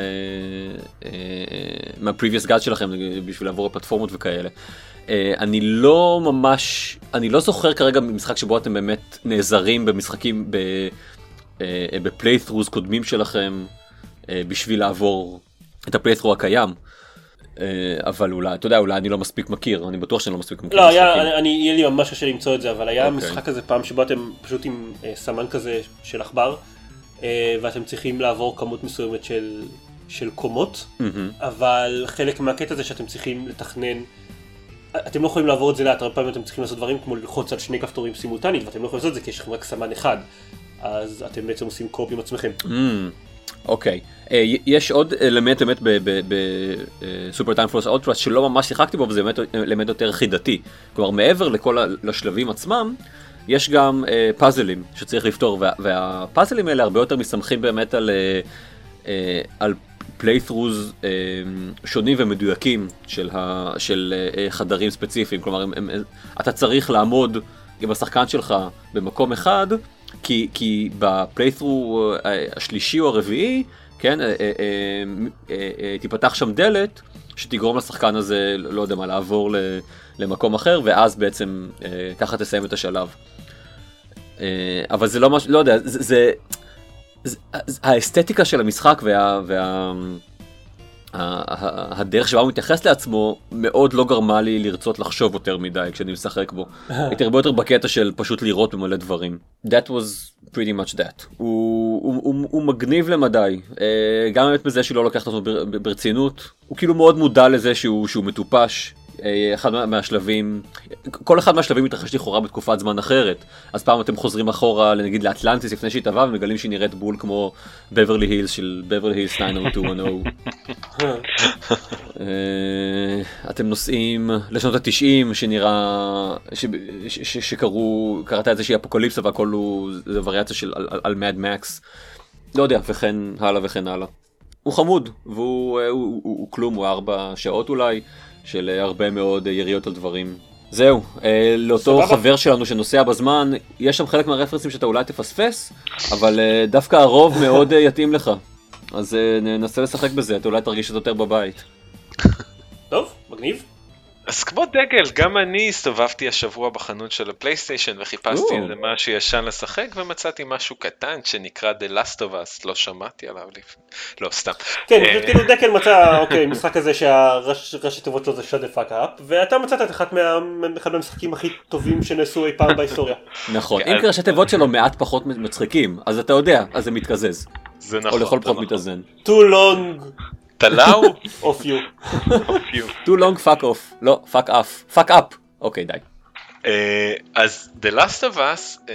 מה-previous guide שלכם בשביל לעבור לפלטפורמות וכאלה. אני לא ממש, אני לא זוכר כרגע משחק שבו אתם באמת נעזרים במשחקים, בפליית'רוז קודמים שלכם, בשביל לעבור את הפליית'רו הקיים. אבל אולי, אתה יודע, אולי אני לא מספיק מכיר, אני בטוח שאני לא מספיק מכיר. לא, היה, אני, יהיה לי ממש קשה למצוא את זה, אבל היה משחק כזה פעם שבו אתם פשוט עם סמן כזה של עכבר, ואתם צריכים לעבור כמות מסוימת של, של קומות, אבל חלק מהקטע זה שאתם צריכים לתכנן, אתם לא יכולים לעבור את זה לאט, הרבה פעמים אתם צריכים לעשות דברים כמו ללחוץ על שני כפתורים סימולטנית, ואתם לא יכולים לעשות את זה כי יש לכם רק סמן אחד, אז אתם בעצם עושים קופ עם עצמכם. אוקיי, יש עוד אלמנט באמת בסופר טיים פורס אולטרה שלא ממש שיחקתי בו, וזה באמת אלמנט יותר חידתי. כלומר, מעבר לכל השלבים עצמם, יש גם פאזלים שצריך לפתור, והפאזלים האלה הרבה יותר מסמכים באמת על פליית'רוז שונים ומדויקים של, ה, של חדרים ספציפיים. כלומר, הם, הם, אתה צריך לעמוד עם השחקן שלך במקום אחד, כי, כי בפליית'רו השלישי או הרביעי, כן, תיפתח שם דלת שתגרום לשחקן הזה, לא יודע מה, לעבור למקום אחר, ואז בעצם ככה תסיים את השלב. אבל זה לא משהו, לא יודע, זה... זה האסתטיקה של המשחק וה, וה, הדרך שבה הוא מתייחס לעצמו מאוד לא גרמה לי לרצות לחשוב יותר מדי כשאני משחק בו. הייתי הרבה יותר בקטע של פשוט לראות במלא דברים. That was pretty much that. הוא, הוא, הוא, הוא מגניב למדי. גם באמת בזה שהוא לא לוקח את עצמו ברצינות. הוא כאילו מאוד מודע לזה שהוא, שהוא מטופש. אחד מהשלבים, כל אחד מהשלבים מתרחש לכאורה בתקופת זמן אחרת. אז פעם אתם חוזרים אחורה, נגיד לאטלנטיס לפני שהיא טבעה, ומגלים שהיא נראית בול כמו בברלי הילס של בברלי הילס תשע מאות שתיים מאות. אתם נוסעים לשנות ה-תשעים שנראה, שקראו, קראת איזושהי אפוקליפסה והכל הוא, זה וריאציה של על מד מקס. לא יודע, וכן הלאה וכן הלאה. הוא חמוד, והוא כלום, הוא ארבע שעות אולי. של הרבה מאוד יריות על דברים. זהו, לאותו חבר שלנו שנוסע בזמן, יש שם חלק מהרפרנסים שאתה אולי תפספס, אבל דווקא הרוב מאוד יתאים לך. אז ננסה לשחק בזה, אתה אולי תרגיש את יותר בבית. טוב, מגניב. אז כמו דגל, גם אני הסתובבתי השבוע בחנות של הפלייסטיישן וחיפשתי איזה משהו ישן לשחק, ומצאתי משהו קטן שנקרא The Last of Us, לא שמעתי עליו לפני, לא סתם. כן, פשוט כאילו דקל מצא, אוקיי, משחק כזה שהראשי תיבות שלו זה shut the fuck up, ואתה מצאת את אחד מהמשחקים הכי טובים שנעשו אי פעם בהיסטוריה. נכון, אם ראשי תיבות שלו מעט פחות מצחיקים, אז אתה יודע, אז זה מתקזז. זה נכון. או לכל פחות מתאזן. Too long. תלאו? Off you. Off you. Too long fuck off. לא, fuck off. fuck up. אוקיי, די. אז The Last of Us,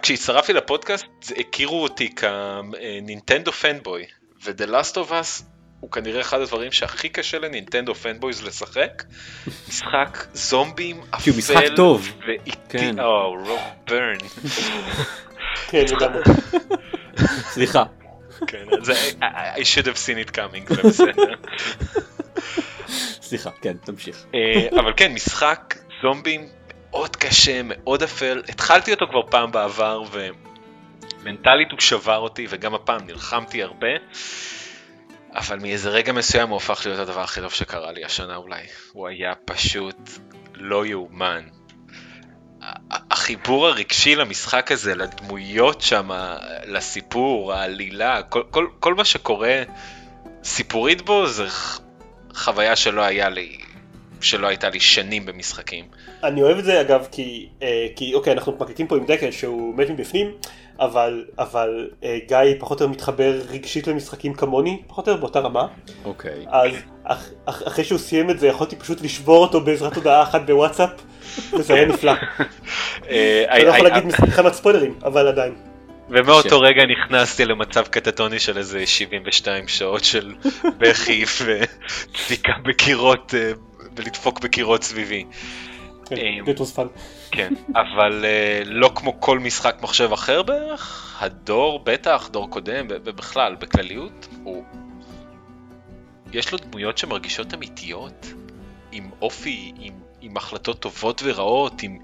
כשהצטרפתי לפודקאסט, הכירו אותי כנינטנדו פנבוי, ו-The Last of Us הוא כנראה אחד הדברים שהכי קשה לנינטנדו פנבויז לשחק, משחק זומבים אפל, כי הוא משחק טוב, ואיטי, או, רוב ברן. כן, לגמרי. סליחה. כן, זה, I should have seen it coming, זה בסדר. סליחה, כן, תמשיך. אבל כן, משחק זומבים מאוד קשה, מאוד אפל, התחלתי אותו כבר פעם בעבר, ומנטלית הוא שבר אותי, וגם הפעם נלחמתי הרבה, אבל מאיזה רגע מסוים הוא הופך להיות הדבר הכי טוב שקרה לי השנה אולי. הוא היה פשוט לא יאומן. החיבור הרגשי למשחק הזה, לדמויות שם, לסיפור, העלילה, כל, כל, כל מה שקורה סיפורית בו, זה חוויה שלא היה לי, שלא הייתה לי שנים במשחקים. אני אוהב את זה אגב, כי, אה, כי אוקיי, אנחנו מקליטים פה עם דקל שהוא מת מבפנים, אבל, אבל אה, גיא פחות או יותר מתחבר רגשית למשחקים כמוני, פחות או יותר באותה רמה. אוקיי. אז אח, אח, אחרי שהוא סיים את זה, יכולתי פשוט לשבור אותו בעזרת הודעה אחת בוואטסאפ, וזה היה נפלא. אני לא יכול להגיד כמה ספוילרים, אבל עדיין. ומאותו רגע נכנסתי למצב קטטוני של איזה שבעים ושתיים שעות של בכי ודפיקה בקירות, ולדפוק בקירות סביבי. That was fun. כן, אבל לא כמו כל משחק מחשב אחר בערך, הדור בטח, דור קודם, ובכלל, בכלליות, הוא... יש לו דמויות שמרגישות אמיתיות, עם אופי, עם, עם החלטות טובות ורעות, עם...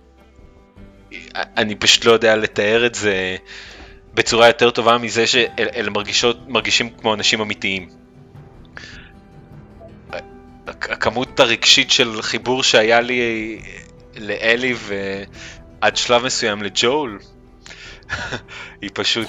אני פשוט לא יודע לתאר את זה בצורה יותר טובה מזה שאלה מרגישות, מרגישים כמו אנשים אמיתיים. הכמות הרגשית של חיבור שהיה לי לאלי ועד שלב מסוים לג'ול היא פשוט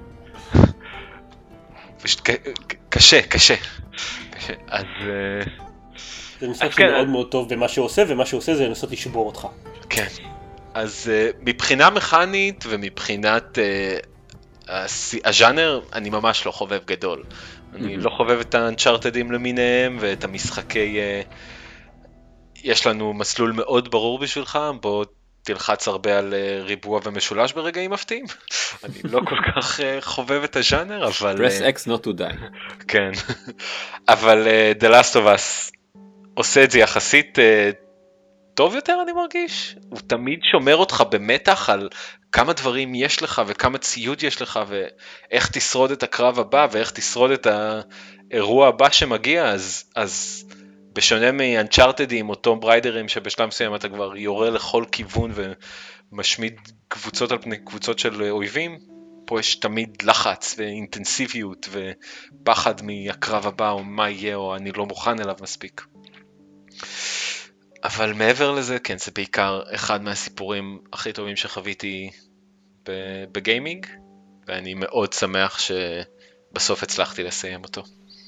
פשוט קשה, קשה. אז זה משחק שמאוד מאוד טוב במה שהוא עושה, ומה שהוא עושה זה לנסות לשבור אותך. כן. אז מבחינה מכנית ומבחינת הז'אנר אני ממש לא חובב גדול. אני לא חובב את האנצ'ארטדים למיניהם ואת המשחקי... יש לנו מסלול מאוד ברור בשבילך, בוא תלחץ הרבה על ריבוע ומשולש ברגעים מפתיעים. אני לא כל כך חובב את הז'אנר, אבל... Press X not to die. כן. אבל The Last of Us עושה את זה יחסית טוב יותר, אני מרגיש. הוא תמיד שומר אותך במתח על כמה דברים יש לך וכמה ציוד יש לך ואיך תשרוד את הקרב הבא ואיך תשרוד את האירוע הבא שמגיע. אז, אז בשונה מאנצ'ארטדים או טום בריידרים שבשלב מסוים אתה כבר יורה לכל כיוון ומשמיד קבוצות על פני קבוצות של אויבים, פה יש תמיד לחץ ואינטנסיביות ופחד מהקרב הבא או מה יהיה או אני לא מוכן אליו מספיק. אבל מעבר לזה, כן, זה בעיקר אחד מהסיפורים הכי טובים שחוויתי בגיימינג, ואני מאוד שמח שבסוף הצלחתי לסיים אותו.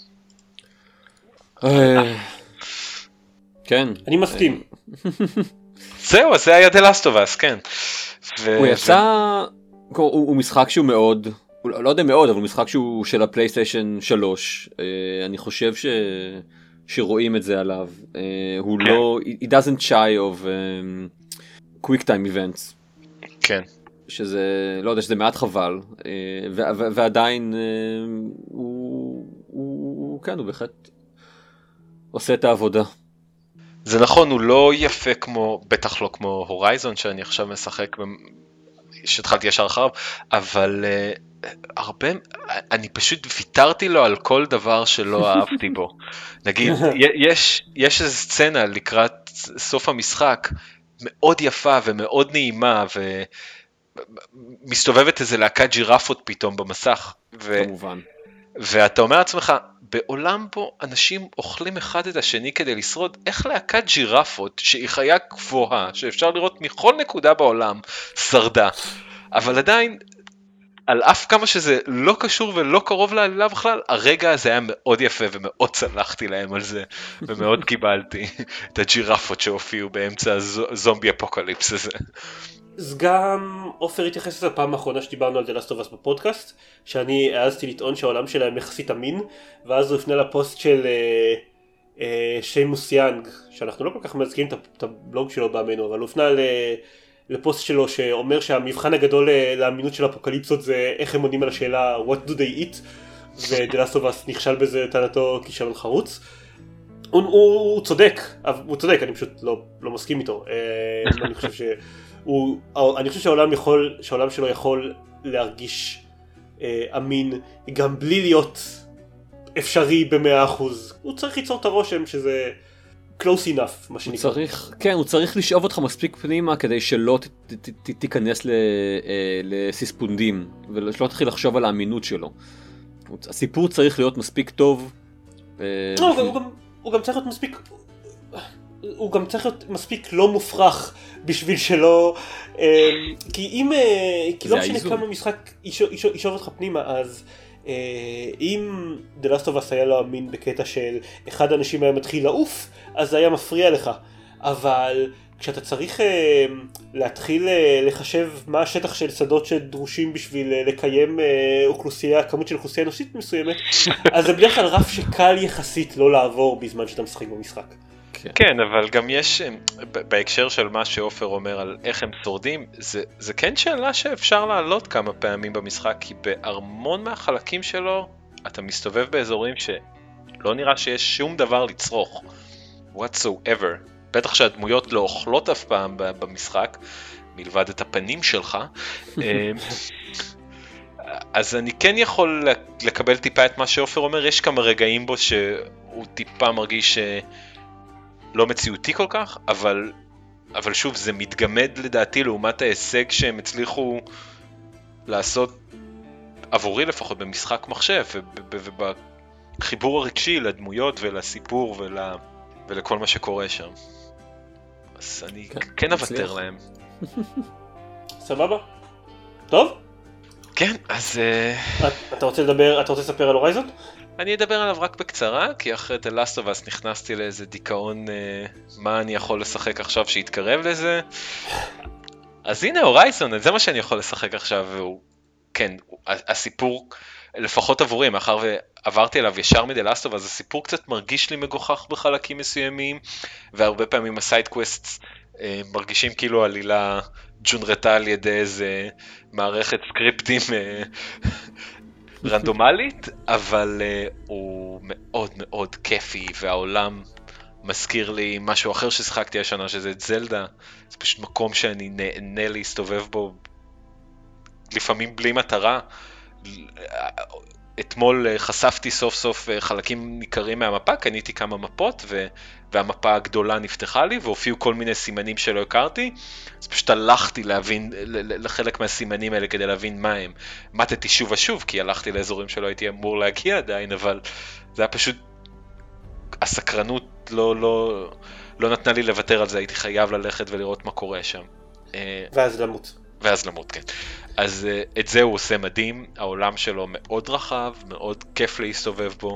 כן. אני מסכים. זהו, זה היה The Last of Us, כן. הוא יצא, הוא משחק שהוא מאוד, לא יודע מאוד, אבל הוא משחק שהוא של הפלייסטיישן שלוש. אני חושב ש... שרואים את זה עליו, uh, הוא כן. לא, he doesn't shy of um, quick time events. כן. שזה, לא יודע, שזה מעט חבל, uh, ו- ו- ועדיין uh, הוא, הוא, כן, הוא בהחלט עושה את העבודה. זה נכון, הוא לא יפה כמו, בטח לא כמו הורייזון, שאני עכשיו משחק, שהתחלתי ישר אחריו, אבל... Uh, הרבה, אני פשוט ויתרתי לו על כל דבר שלא אהבתי בו. נגיד, יש, יש איזו סצנה לקראת סוף המשחק, מאוד יפה ומאוד נעימה, ומסתובבת איזה להקת ג'ירפות פתאום במסך. ו... כמובן. ואתה אומר לעצמך, בעולם פה אנשים אוכלים אחד את השני כדי לשרוד, איך להקת ג'ירפות, שהיא חיה גבוהה, שאפשר לראות מכל נקודה בעולם, שרדה. אבל עדיין... על אף כמה שזה לא קשור ולא קרוב לעלילה בכלל, הרגע הזה היה מאוד יפה ומאוד צלחתי להם על זה, ומאוד קיבלתי את הג'ירפות שהופיעו באמצע הזומבי אפוקליפס הזה. אז גם אופר התייחס לזה פעם האחרונה שדיברנו על The Last of Us בפודקאסט, שאני העזתי לטעון שהעולם שלהם יחסית אמין, ואז הוא הפנה לפוסט של אה, אה, שיימוס יאנג, שאנחנו לא כל כך מזכירים את הבלוג שלו באמנו, אבל הוא הפנה ל... לפוסט שלו שאומר שהמבחן הגדול לאמינות של אפוקליפסות זה איך הם עונים על השאלה what do they eat, ו-The Last of Us נכשל בזה טענתו כישלון חרוץ. הוא, הוא, הוא צודק, הוא צודק, אני פשוט לא, לא מסכים איתו. אני חושב שהוא, אני חושב שהעולם יכול, שהעולם שלו יכול להרגיש אמין גם בלי להיות אפשרי במאה אחוז. הוא צריך ליצור את הרושם שזה close enough, מה שנקרא. צריך, כן, הוא צריך לשאוב אותך מספיק פנימה כדי שלא ת, ת, ת, תיכנס ל, לסיספונדים ולא תתחיל לחשוב על האמינות שלו. הסיפור צריך להיות מספיק טוב. לא, הוא גם, הוא גם צריך להיות מספיק, הוא גם צריך להיות מספיק לא מופרך בשביל שלא, כי אם, כי לא משנה כמה משחק ישוב אותך פנימה, אז אם The Last of Us היה לא אמין בקטע של אחד האנשים היה מתחיל לעוף, אז זה היה מפריע לך. אבל כשאתה צריך להתחיל לחשב מה השטח של שדות שדרושים בשביל לקיים אוכלוסייה, כמות של אוכלוסייה אנושית מסוימת, אז זה בדרך כלל רף שקל יחסית לא לעבור בזמן שאתה משחק במשחק. כן, אבל גם יש, בהקשר של מה שאופר אומר על איך הם שורדים, זה, זה כן שאלה שאפשר לעלות כמה פעמים במשחק, כי בהרמון מהחלקים שלו, אתה מסתובב באזורים שלא נראה שיש שום דבר לצרוך. whatsoever. בטח שהדמויות לא אוכלות אף פעם במשחק, מלבד את הפנים שלך. אז אני כן יכול לקבל טיפה את מה שאופר אומר, יש כמה רגעים בו שהוא טיפה מרגיש לא מציאותי כל כך, אבל, אבל שוב, זה מתגמד לדעתי לעומת ההישג שהם הצליחו לעשות עבורי לפחות במשחק מחשב, ובחיבור הרגשי לדמויות ולסיפור ול, ולכל מה שקורה שם. אז אני כן, כן אוותר להם. סבבה? טוב? כן, אז... אתה רוצה לדבר, אתה רוצה לספר על הורייזון? אני אדבר עליו רק בקצרה, כי אחרי The Last of Us נכנסתי לאיזה דיכאון, מה אני יכול לשחק עכשיו שיתקרב לזה. אז הנה הורייזון, זה מה שאני יכול לשחק עכשיו, והוא, כן, הסיפור, לפחות עבורי, מאחר ועברתי אליו ישר מ-The Last of Us, הסיפור קצת מרגיש לי מגוחך בחלקים מסוימים, והרבה פעמים הסייד קווסטס מרגישים כאילו עלילה ג'ונרטה על ידי איזה מערכת סקריפטים רנדומלית, אבל uh, הוא מאוד מאוד כיפי, והעולם מזכיר לי משהו אחר ששחקתי השנה, שזה את זלדה. זה פשוט מקום שאני נהנה להסתובב בו, לפעמים בלי מטרה. אתמול חשפתי סוף סוף חלקים ניכרים מהמפה, קניתי כמה מפות, ו... והמפה הגדולה נפתחה לי, והופיעו כל מיני סימנים שלא הכרתי, אז פשוט הלכתי להבין, לחלק מהסימנים האלה כדי להבין מה הם. מתתי שוב ושוב, כי הלכתי לאזורים שלא הייתי אמור להגיע עדיין, אבל זה היה פשוט, הסקרנות לא, לא, לא נתנה לי לוותר על זה, הייתי חייב ללכת ולראות מה קורה שם. ואז למות. ואז למות, כן. אז את זה הוא עושה מדהים, העולם שלו מאוד רחב, מאוד כיף להסתובב בו.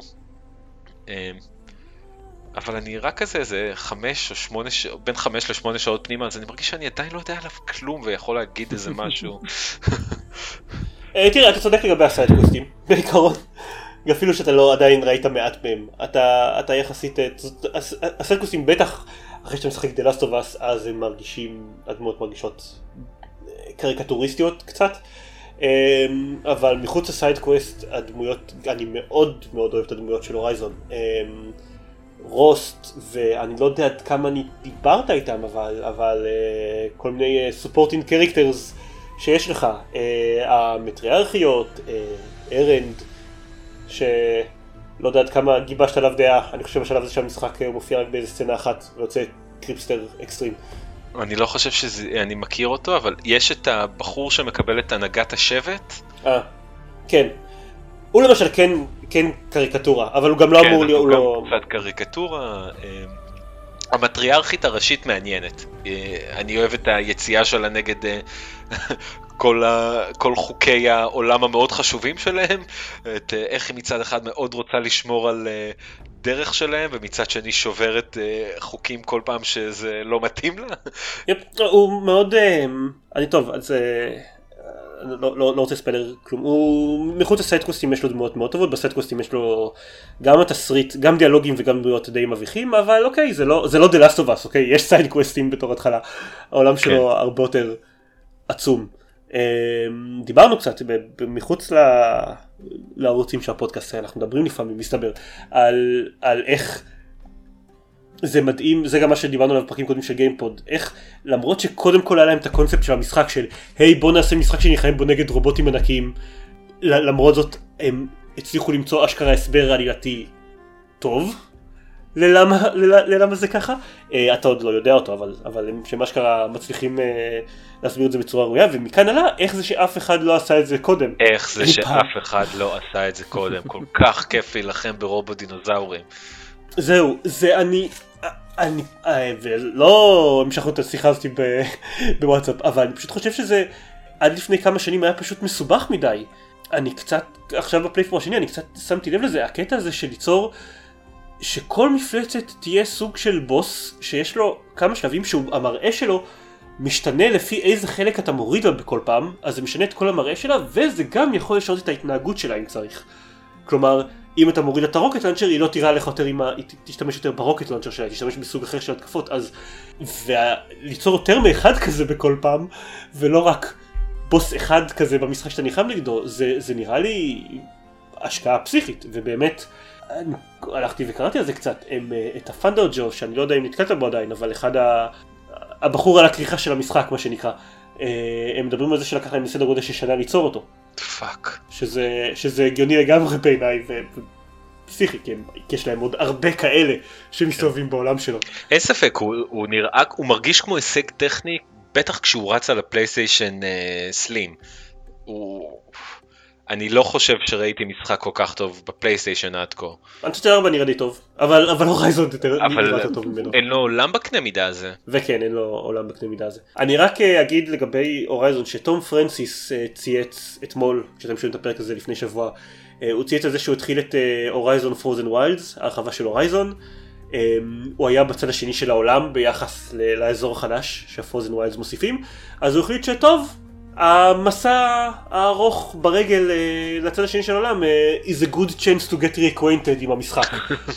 אבל אני רק כזה, איזה חמש או שמונה, בין חמש לשמונה שעות פנימה, אז אני מרגיש שאני עדיין לא יודע עליו כלום, ויכול להגיד איזה משהו. תראה, אתה צודק לגבי הסייד קווסטים, בעיקרון. אפילו שאתה לא עדיין ראית מעט מהם. אתה, אתה יחסית, הסייד קווסטים בטח, אחרי שאתה משחק The Last of Us, אז הם מרגישים, הדמות מרגישות קריקטוריסטיות קצת. אבל מחוץ לסייד קווסט, הדמויות, אני מאוד מאוד אוהב את הדמויות של הורייזון. רוסט, ואני לא יודע עד כמה אני דיברת איתם, אבל, אבל uh, כל מיני uh, supporting characters שיש לך, uh, המטריארכיות, uh, ארנד, שלא יודע עד כמה גיבשת עליו דעה, אני חושב בשלב הזה שהמשחק uh, מופיע רק באיזה סצנה אחת, ויוצא קריפסטר אקסטרים. אני לא חושב שאני מכיר אותו, אבל יש את הבחור שמקבל את הנהגת השבט? אה, כן. הוא למשל כן, כן קריקטורה, אבל הוא גם לא אמור להיות... כן, הוא גם קצת קריקטורה. המטריארכית הראשית מעניינת. אני אוהב את היציאה שלה נגד כל, ה... כל חוקי העולם המאוד חשובים שלהם, את איך היא מצד אחד מאוד רוצה לשמור על דרך שלהם, ומצד שני שוברת חוקים כל פעם שזה לא מתאים לה. יפ, הוא מאוד... אני טוב, אז... לא, לא, לא רוצה לספלר כלום, הוא מחוץ לסיידקוסטים יש לו דמויות מאוד טובות, בסיידקוסטים יש לו גם התסריט, גם דיאלוגים וגם דמויות די מביכים, אבל אוקיי, זה לא, זה לא The Last of Us, אוקיי, יש סיידקוסטים בתור התחלה, העולם שלו הרבה יותר עצום. דיברנו קצת מחוץ לערוצים של הפודקאסט, אנחנו מדברים לפעמים, מסתבר, על, על איך זה מדהים, זה גם מה שדיברנו עליו בפרקים קודמים של גיימפוד, איך למרות שקודם כל היה להם את הקונספט של המשחק של היי בוא נעשה משחק שנלחם בו נגד רובוטים ענקיים, למרות זאת הם הצליחו למצוא אשכרה הסבר עלילתי טוב ללמה, ללמה זה ככה. אתה עוד לא יודע אותו, אבל, אבל הם שמשכרה מצליחים להסביר את זה בצורה ראויה, ומכאן עלה איך זה שאף אחד לא עשה את זה קודם. איך זה שאף אחד לא עשה את זה קודם, כל כך כיף להילחם ברובוט דינוזאורים. זהו, זה אני, אני, ולא המשכנו את השיחה הזאת בוואטסאפ, אבל אני פשוט חושב שזה עד לפני כמה שנים היה פשוט מסובך מדי. אני קצת, עכשיו בפלייפור השני, אני קצת שמתי לב לזה, הקטע הזה של ליצור שכל מפלצת תהיה סוג של בוס שיש לו כמה שלבים שהמראה שלו משתנה לפי איזה חלק אתה מוריד לה בכל פעם, אז זה משנה את כל המראה שלה, וזה גם יכול לשנות את ההתנהגות שלה אם צריך. כלומר, אם אתה מוריד את הרוקט לנצ'ר, היא לא תראה לך יותר, עם ה... היא תשתמש יותר ברוקט לנצ'ר שלה, היא תשתמש בסוג אחר של התקפות, אז וליצור יותר מאחד כזה בכל פעם, ולא רק בוס אחד כזה במשחק שאתה נלחם נגדו, זה, זה נראה לי השקעה פסיכית, ובאמת, אני הלכתי וקראתי על זה קצת, הם, את הפנדר ג'ו, שאני לא יודע אם נתקלת בו עדיין, אבל אחד ה... הבחור על הכריכה של המשחק, מה שנקרא, הם מדברים על זה שלקח להם בסדר גודל של שנה ליצור אותו. פאק. שזה, שזה הגיוני לגמרי בעיניי, ופסיכי, כי יש להם עוד הרבה כאלה שמסתובבים בעולם שלו. אין ספק, הוא, הוא נראה, הוא מרגיש כמו הישג טכני, בטח כשהוא רץ על הפלייסטיישן סלים. הוא... אני לא חושב שראיתי משחק כל כך טוב בפלייסטיישן עד כה. אני חושב שארבע נראה לי טוב, אבל, אבל לא הורייזון נראה יותר טוב ממנו. אין לו עולם בקנה מידה הזה. וכן, אין לו עולם בקנה מידה הזה. אני רק אגיד לגבי הורייזון, שתום פרנסיס צייץ אתמול, כשאתם שומעים את הפרק הזה לפני שבוע, הוא צייץ על זה שהוא התחיל את הורייזון פרוזן ווילדס, הרחבה של הורייזון. הוא היה בצד השני של העולם ביחס לאזור החדש שהפרוזן ווילדס מוסיפים, אז הוא החליט שטוב, המסע הארוך ברגל לצד השני של העולם is a good chance to get reacquainted עם המשחק.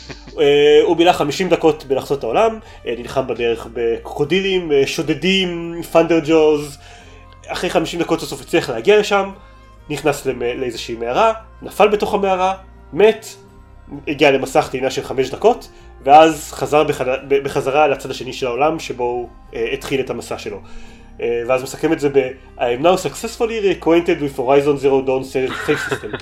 הוא בילה חמישים דקות בלחצות את העולם, נלחם בדרך בקרוקודילים, שודדים, פנדר ג'וז, אחרי חמישים דקות בסוף הצליח להגיע לשם, נכנס לאיזושהי מערה, נפל בתוך המערה, מת, הגיע למסך טעינה של חמש דקות, ואז חזר בחזרה לצד השני של העולם שבו הוא התחיל את המסע שלו. ואז מסכם את זה ב I am now successfully reacquainted with Horizon Zero Dawn safe system.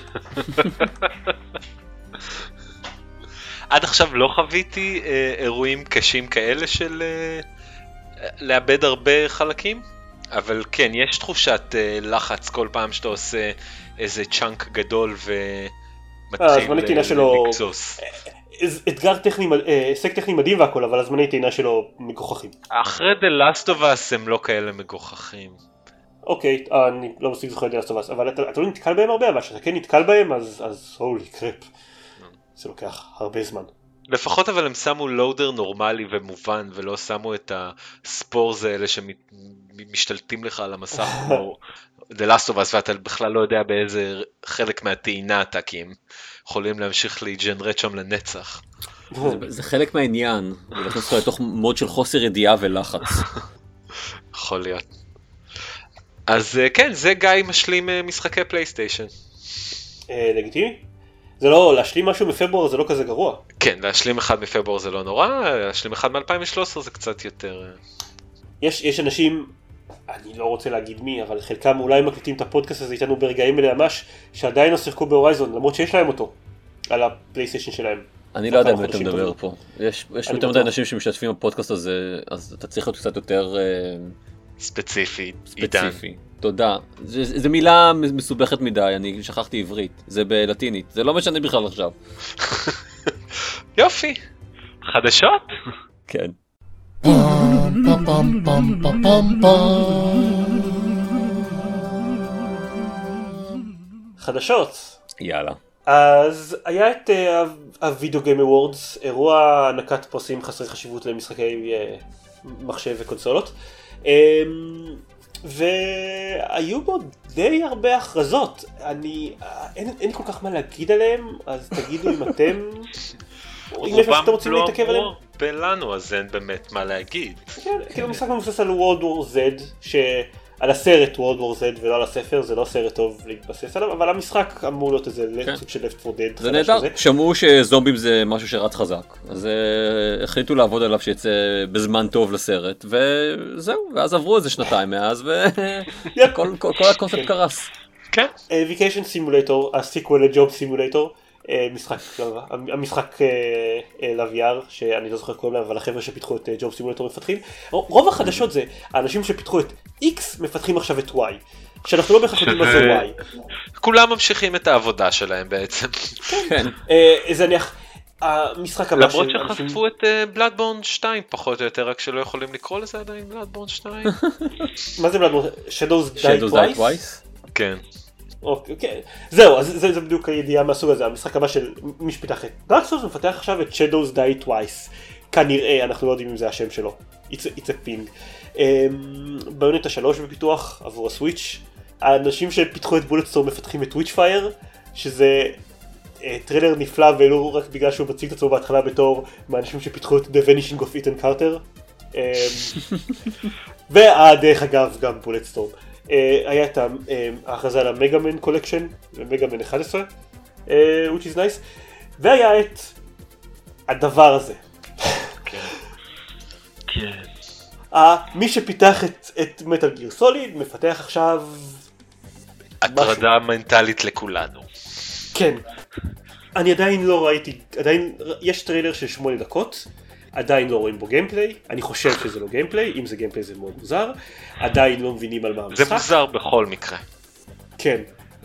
עד עכשיו לא חוויתי אירועים קשים כאלה של לאבד הרבה חלקים, אבל כן, יש תחושת לחץ כל פעם שאתה עושה איזה צ'אנק גדול ומתחיל לקצוס. אתגר טכני, הישג טכני מדהים והכל, אבל הזמני טעינה שלו מגוחכים. אחרי The Last of Us הם לא כאלה מגוחכים. אוקיי, אני לא מספיק זוכר את The Last of Us, אבל אתה, אתה לא נתקל בהם הרבה, אבל כשאתה כן נתקל בהם, אז, אז holy crap. זה לוקח הרבה זמן. לפחות אבל הם שמו לואודר נורמלי ומובן, ולא שמו את הספורס האלה שמשתלטים לך על המסך, כמו The Last of Us, ואתה בכלל לא יודע באיזה חלק מהטעינה אתה, כי הם יכולים להמשיך להיג'נרט שם לנצח. זה חלק מהעניין, ולכנס לך לתוך מוד של חוסר ידיעה ולחץ. יכול להיות. אז כן, זה גיא משלים משחקי פלייסטיישן. לגיטימי? זה לא, להשלים משהו מפברואר זה לא כזה גרוע. כן, להשלים אחד מפברואר זה לא נורא, להשלים אחד מ-אלפיים ושלוש עשרה זה קצת יותר... יש, יש אנשים, אני לא רוצה להגיד מי, אבל חלקם אולי מקליטים את הפודקאסט הזה איתנו ברגעים אלה ממש, שעדיין לא שיחקו בהורייזון, למרות שיש להם אותו, על הפלייסטיישן שלהם. אני לא יודע מה אתה מדבר פה. יש יותר מדי אנשים שמשתתפים בפודקאסט הזה, אז אתה צריך להיות קצת יותר... ספציפי, ספציפי. תודה. זו מילה מסובכת מדי, אני שכחתי עברית. זה בלטינית. זה לא משנה בכלל עכשיו. יופי. חדשות? כן. חדשות. יאללה. אז היה את הווידאו גיים אוורדס, אירוע הענקת פרסים חסרי חשיבות למשחקי מחשב וקונסולות. והיו בו די הרבה הכרזות, אני, אין, אין כל כך מה להגיד עליהם, אז תגידו אם אתם, או אם יש מה שאתם רוצים להתעכב עליהם. בלנו, אז אין באמת מה להגיד. כן, כאילו משחק מבוסס על World War Z, על הסרט World War Z ולא על הספר, זה לא סרט טוב להתבסס עליו, אבל המשחק אמור להיות איזה סוג של Left פור Dead. זה נהדר, שמעו שזומבים זה משהו שרץ חזק, אז החליטו לעבוד עליו שיצא בזמן טוב לסרט, וזהו, ואז עברו איזה שנתיים מאז, וכל הקונספט קרס. כן. Vacation Simulator, הסיקוול לג'וב סימולטור, משחק, המשחק לוויאר, שאני לא זוכר קוראים להם, אבל החבר'ה שפיתחו את ג'וב סימולטור מפתחים. רוב החדשות זה, האנשים שפיתחו את X מפתחים עכשיו את Y, שאנחנו לא בהכרח יודעים מה זה Y. כולם ממשיכים את העבודה שלהם בעצם. כן. זה נניח, המשחק הבא למרות שחשפו את בלאדבורן שתיים פחות או יותר, רק שלא יכולים לקרוא לזה עדיין בלאדבורן שתיים. מה זה בלאדבורן? Shadows Die Twice? כן. אוקיי, זהו, אז זה בדיוק הידיעה מהסוג הזה, המשחק הבא של מי שפיתח את דארק סולס מפתח עכשיו את Shadows Die Twice, כנראה, אנחנו לא יודעים אם זה השם שלו, It's a ping. ביונטה שלוש בפיתוח עבור הסוויץ', האנשים שפיתחו את בולטסטורם מפתחים את וויצ'פייר, שזה טריילר נפלא ולא רק בגלל שהוא מציג את עצמו בהתחלה בתור מהאנשים שפיתחו את The Vanishing of Ethan Carter, ודרך אגב גם בולטסטורם. היה את ההכרזה על המגאמן קולקשן, מגאמן אחת עשרה, which is nice, והיה את הדבר הזה. כן. מי שפיתח את מטל גיר סוליד מפתח עכשיו הטרדה מנטלית לכולנו. כן. אני עדיין לא ראיתי, עדיין יש טריילר של שמונה דקות, עדיין לא רואים בו גיימפליי, אני חושב שזה לא גיימפליי, אם זה גיימפליי זה מאוד מוזר, עדיין לא מבינים על מה המשחק. זה מוזר בכל מקרה. כן.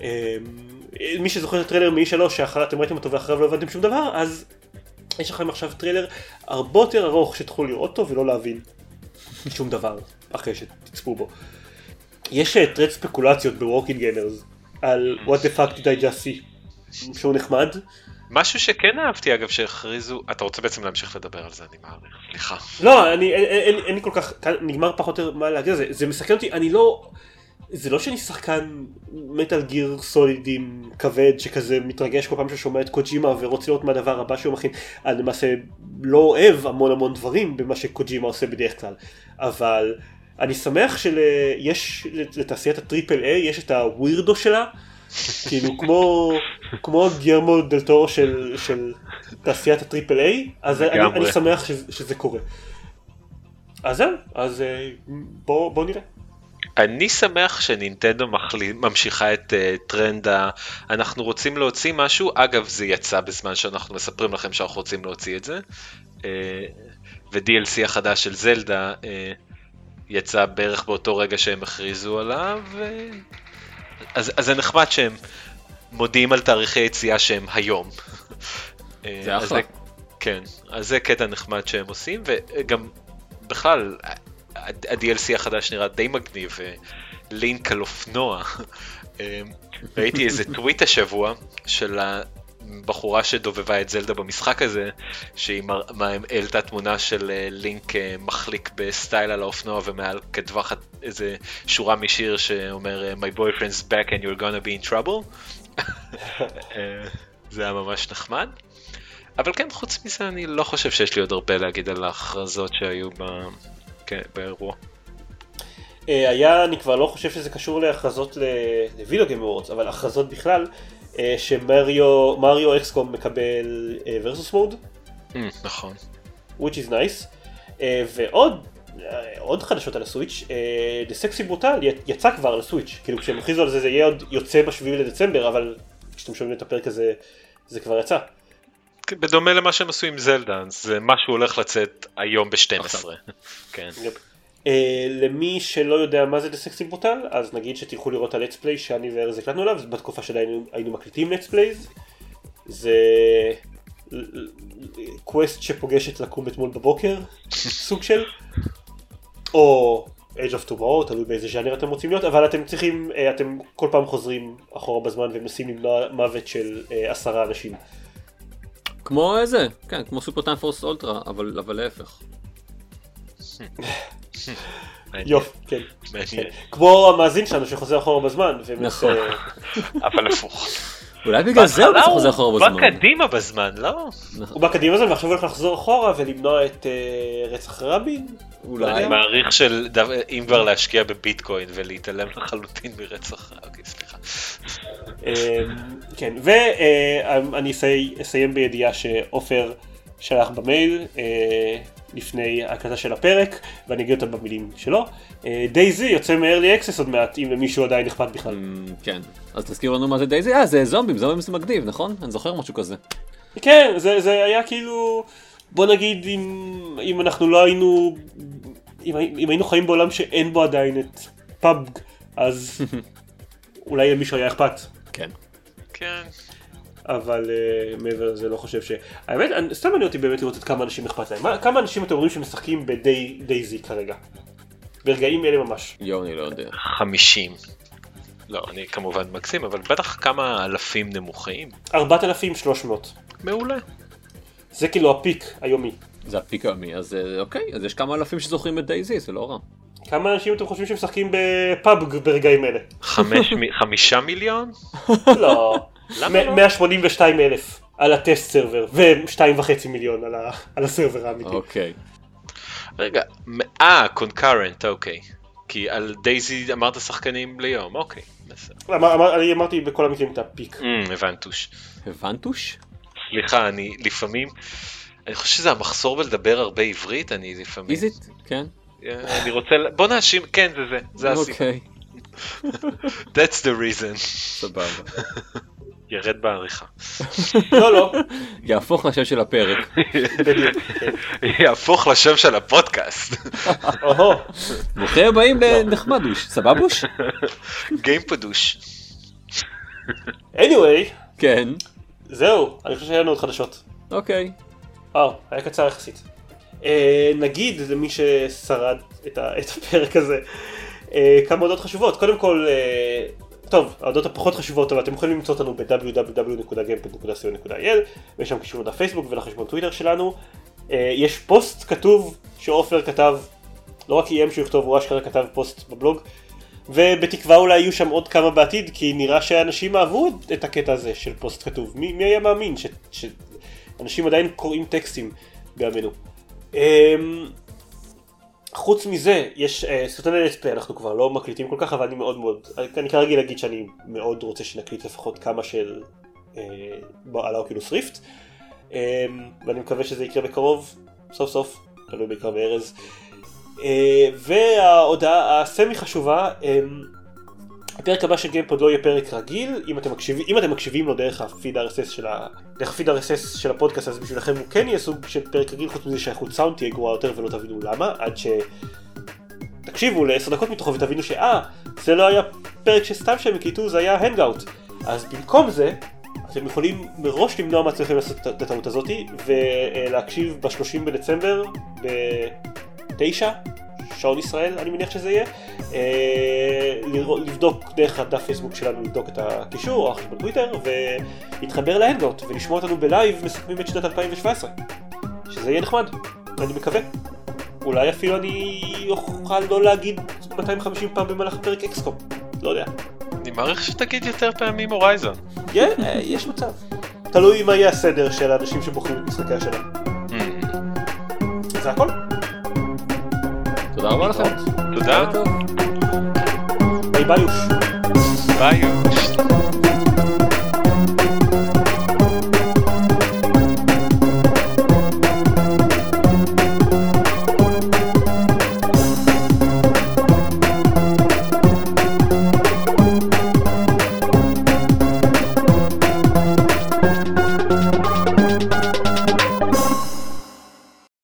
מי שזוכר את הטריילר מ-E שלוש, שאתם ראיתם אותו ואחריו לא הבנתם שום דבר, אז יש לכם עכשיו טריילר הרבה יותר ארוך שתוכלו לראות אותו ולא להבין שום דבר אחרי שתצפו בו. יש טרד ספקולציות בוורקינג גיימרס על what the fuck did I just see, שהוא נחמד. משהו שכן אהבתי אגב שהכריזו, אתה רוצה בעצם להמשיך לדבר על זה, אני מעריך, סליחה. לא, אני, אין, אין לי כל כך, נגמר פחות או יותר מה להגיד על זה, זה מסכן אותי, אני לא, זה לא שאני שחקן מטל גיר סולידים כבד שכזה מתרגש כל פעם ששומע את קוג'ימה ורוצה לראות מה הדבר הבא שהוא מכין, אני למעשה לא אוהב המון המון דברים במה שקוג'ימה עושה בדרך כלל, אבל אני שמח שיש לתעשיית הטריפל איי, יש את הווירדו שלה, כאילו כמו כמו גרמו דל טורו של של תעשיית הטריפל איי, אז אני, אני שמח שזה, שזה קורה. אז זהו, אז בוא בוא נראה. אני שמח שנינטנדו ממשיכה את uh, טרנד ה... אנחנו רוצים להוציא משהו, אגב זה יצא בזמן שאנחנו מספרים לכם שאנחנו רוצים להוציא את זה, uh, ו-די אל סי החדש של זלדה uh, יצא בערך באותו רגע שהם הכריזו עליו, uh, אז, אז זה נחמד שהם מודיעים על תאריכי יציאה שהם היום. זה אחלה. זה, כן, אז זה קטע נחמד שהם עושים, וגם בכלל, ה-די אל סי החדש נראה די מגניב, לינק על אופנוע. ראיתי איזה טוויט השבוע של הבחורה שדובבה את זלדה במשחק הזה, שהיא העלתה תמונה של לינק מחליק בסטייל על האופנוע, ומעל כתבה איזה שורה משיר שאומר My boyfriend's back and you're gonna be in trouble. זה היה ממש נחמד. אבל כן, חוץ מזה אני לא חושב שיש לי עוד הרבה להגיד על ההכרזות שהיו ב... כן, באירוע. היה, אני כבר לא חושב שזה קשור להכרזות לוידאו גיים אוורדס, אבל הכרזות בכלל, שמריו, מריו אקסקום מקבל ורסוס מוד. נכון. which is nice. ועוד, עוד חדשות על הסוויץ', The Sexy Brutal יצא כבר על הסוויץ', כאילו כשהם הכריזו על זה זה יהיה עוד יוצא בשביעי לדצמבר, אבל כשאתם שומעים את הפרק הזה, זה כבר יצא. בדומה למה שהם עשו עם זלדה, זה משהו הולך לצאת היום ב-שתים עשרה. כן. למי שלא יודע מה זה The Sexy Brutal, אז נגיד שתלכו לראות על Let's Play שאני וארז הקלטנו עליו, בתקופה שלנו היינו מקליטים Let's Plays, זה קווסט שפוגשת לקום אתמול בבוקר, סוג של, או Age of Tomorrow, תלוי באיזה ז'אנר אתם רוצים להיות, אבל אתם צריכים, אתם כל פעם חוזרים אחורה בזמן ומנסים למנוע מוות של עשרה אנשים. כמו איזה, כן, כמו סופר טיים פורס אולטרה, אבל, אבל להפך. יופי, כן. כמו המאזין שלנו שחוזר אחורה בזמן. נכון, אבל הפוך. אולי בגלל זה הוא בעצם חוזר אחורה בזמן. הוא בא קדימה בזמן, לא? הוא בא קדימה בזמן ועכשיו הוא הולך לחזור אחורה ולמנוע את רצח רבין. אולי. אני מעריך של אם כבר להשקיע בביטקוין ולהתעלם לחלוטין מרצח, אוקיי, סליחה. כן, ואני אסיים בידיעה שאופר שלח במייל לפני ההקלטה של הפרק, ואני אגיד אותה במילים שלו. דייזי יוצא מ-Early Access עוד מעט, אם למישהו עדיין אכפת בכלל. כן, אז תזכיר לנו מה זה דייזי. אה, זה זומבים, זומבים זה מגניב, נכון? אני זוכר משהו כזה. כן, זה היה כאילו, בוא נגיד, אם אנחנו לא היינו, אם היינו חיים בעולם שאין בו עדיין את פאבג, אז אולי למישהו היה אכפת. כן. כן. אבל uh, מעבר לזה לא חושב ש... האמת, אני, סתם מעניין אותי באמת לראות את כמה אנשים אכפת להם. מה, כמה אנשים אתם אומרים שמשחקים בדייזי כרגע? ברגעים אלה ממש. יו, אני לא יודע. חמישים. לא, אני כמובן מגזים, אבל בטח כמה אלפים נמוכים. ארבעת אלפים ושלוש מאות. מעולה. זה כאילו הפיק היומי. זה הפיק היומי, אז אוקיי, אז יש כמה אלפים שזוכרים את דייזי, זה לא רע. כמה אנשים אתם חושבים שמשחקים בפאבג ברגעים אלה? חמש, חמישה מיליון? לא. מאה שמונים ושתיים אלף על הטסט סרבר, ו-שתיים וחצי מיליון על, ה- על הסרבר האמיתי. אוקיי. רגע, אה, קונקרנט, אוקיי. כי על דייזי אמרת שחקנים ליום, אוקיי. אמר, אמר, אני אמרתי בכל המקרים את הפיק. Mm, הבנתוש. הבנתוש? סליחה, אני לפעמים, אני חושב שזה המחסור בלדבר הרבה עברית, אני לפעמים... איזית? כן. אני רוצה, בוא נאשים, כן, זה זה, זה הסיבה. אוקיי. That's the reason. סבבה. ירד בעריכה. לא, לא. יהפוך לשם של הפרק. בדיוק. יהפוך לשם של הפודקאסט. אוהו. ברוכים הבאים לנחמדוש. סבבוש? גיימפדוש. anyway. כן. זהו, אני חושב שהיה לנו עוד חדשות. אוקיי. וואו, היה קצר יחסית. אה, נגיד למי ששרד את, ה, את הפרק הזה, אה, כמה הודעות חשובות. קודם כל, אה, טוב, ההודעות הפחות חשובות, אבל אתם יכולים למצוא אותנו ב-דאבליו דאבליו דאבליו נקודה גיימפד נקודה סי או נקודה איי אל, ויש שם קישור לפייסבוק ולחשבון טוויטר שלנו. אה, יש פוסט כתוב שאופר כתב, לא רק איים שהוא יכתוב, הוא אשכרה כתב פוסט בבלוג, ובתקווה אולי יהיו שם עוד כמה בעתיד, כי נראה שאנשים אהבו את הקטע הזה של פוסט כתוב. מי, מי היה מאמין ש, שאנשים עדיין קוראים טקסטים בימינו. חוץ מזה, יש סרטוני let's play, אנחנו כבר לא מקליטים כל כך, אבל אני מאוד מאוד, אני כרגיל להגיד שאני מאוד רוצה שנקליט לפחות כמה של על האוקילוס ריפט, ואני מקווה שזה יקרה בקרוב, סוף סוף, תלוי בעיקר בארז. וההודעה הסמי חשובה, הפרק הבא של גיימפוד לא יהיה פרק רגיל. אם אתם מקשיבים, אם אתם מקשיבים לו דרך הפיד אר אס אס של ה... דרך הפיד אר אס אס של הפודקאסט, אז בשבילכם הוא כן יהיה סוג של פרק רגיל, חוץ מזה שהאיכות סאונד תהיה גרועה יותר ולא תבינו למה, עד שתקשיבו לעשר דקות מתוכו ותבינו שאה, זה לא היה פרק שסתם שהם הקליטו, זה היה הנגאוט. אז במקום זה, אתם יכולים מראש למנוע מעצמכם לעשות את הטעות הזאתי, ולהקשיב ב-שלושים בדצמבר, ב-תשע, שעון ישראל, אני מניח שזה יהיה, לבדוק דרך הדף פייסבוק שלנו, לבדוק את הקישור או החשבון טוויטר, ולהתחבר להנגאוט ולשמוע אותנו בלייב מסכמים את שנת אלפיים שבע עשרה, שזה יהיה נחמד, אני מקווה. אולי אפילו אני אוכל לא להגיד מאתיים וחמישים פעם במהלך פרק אקסקום, לא יודע. אני מעריך שתגיד יותר פעמים הורייזון. יש מצב. תלוי מה יהיה הסדר של האנשים שבוחרים את משחקי השנה. זה הכל. תודה רבה לכם. תודה. ביי ביוש. ביוש.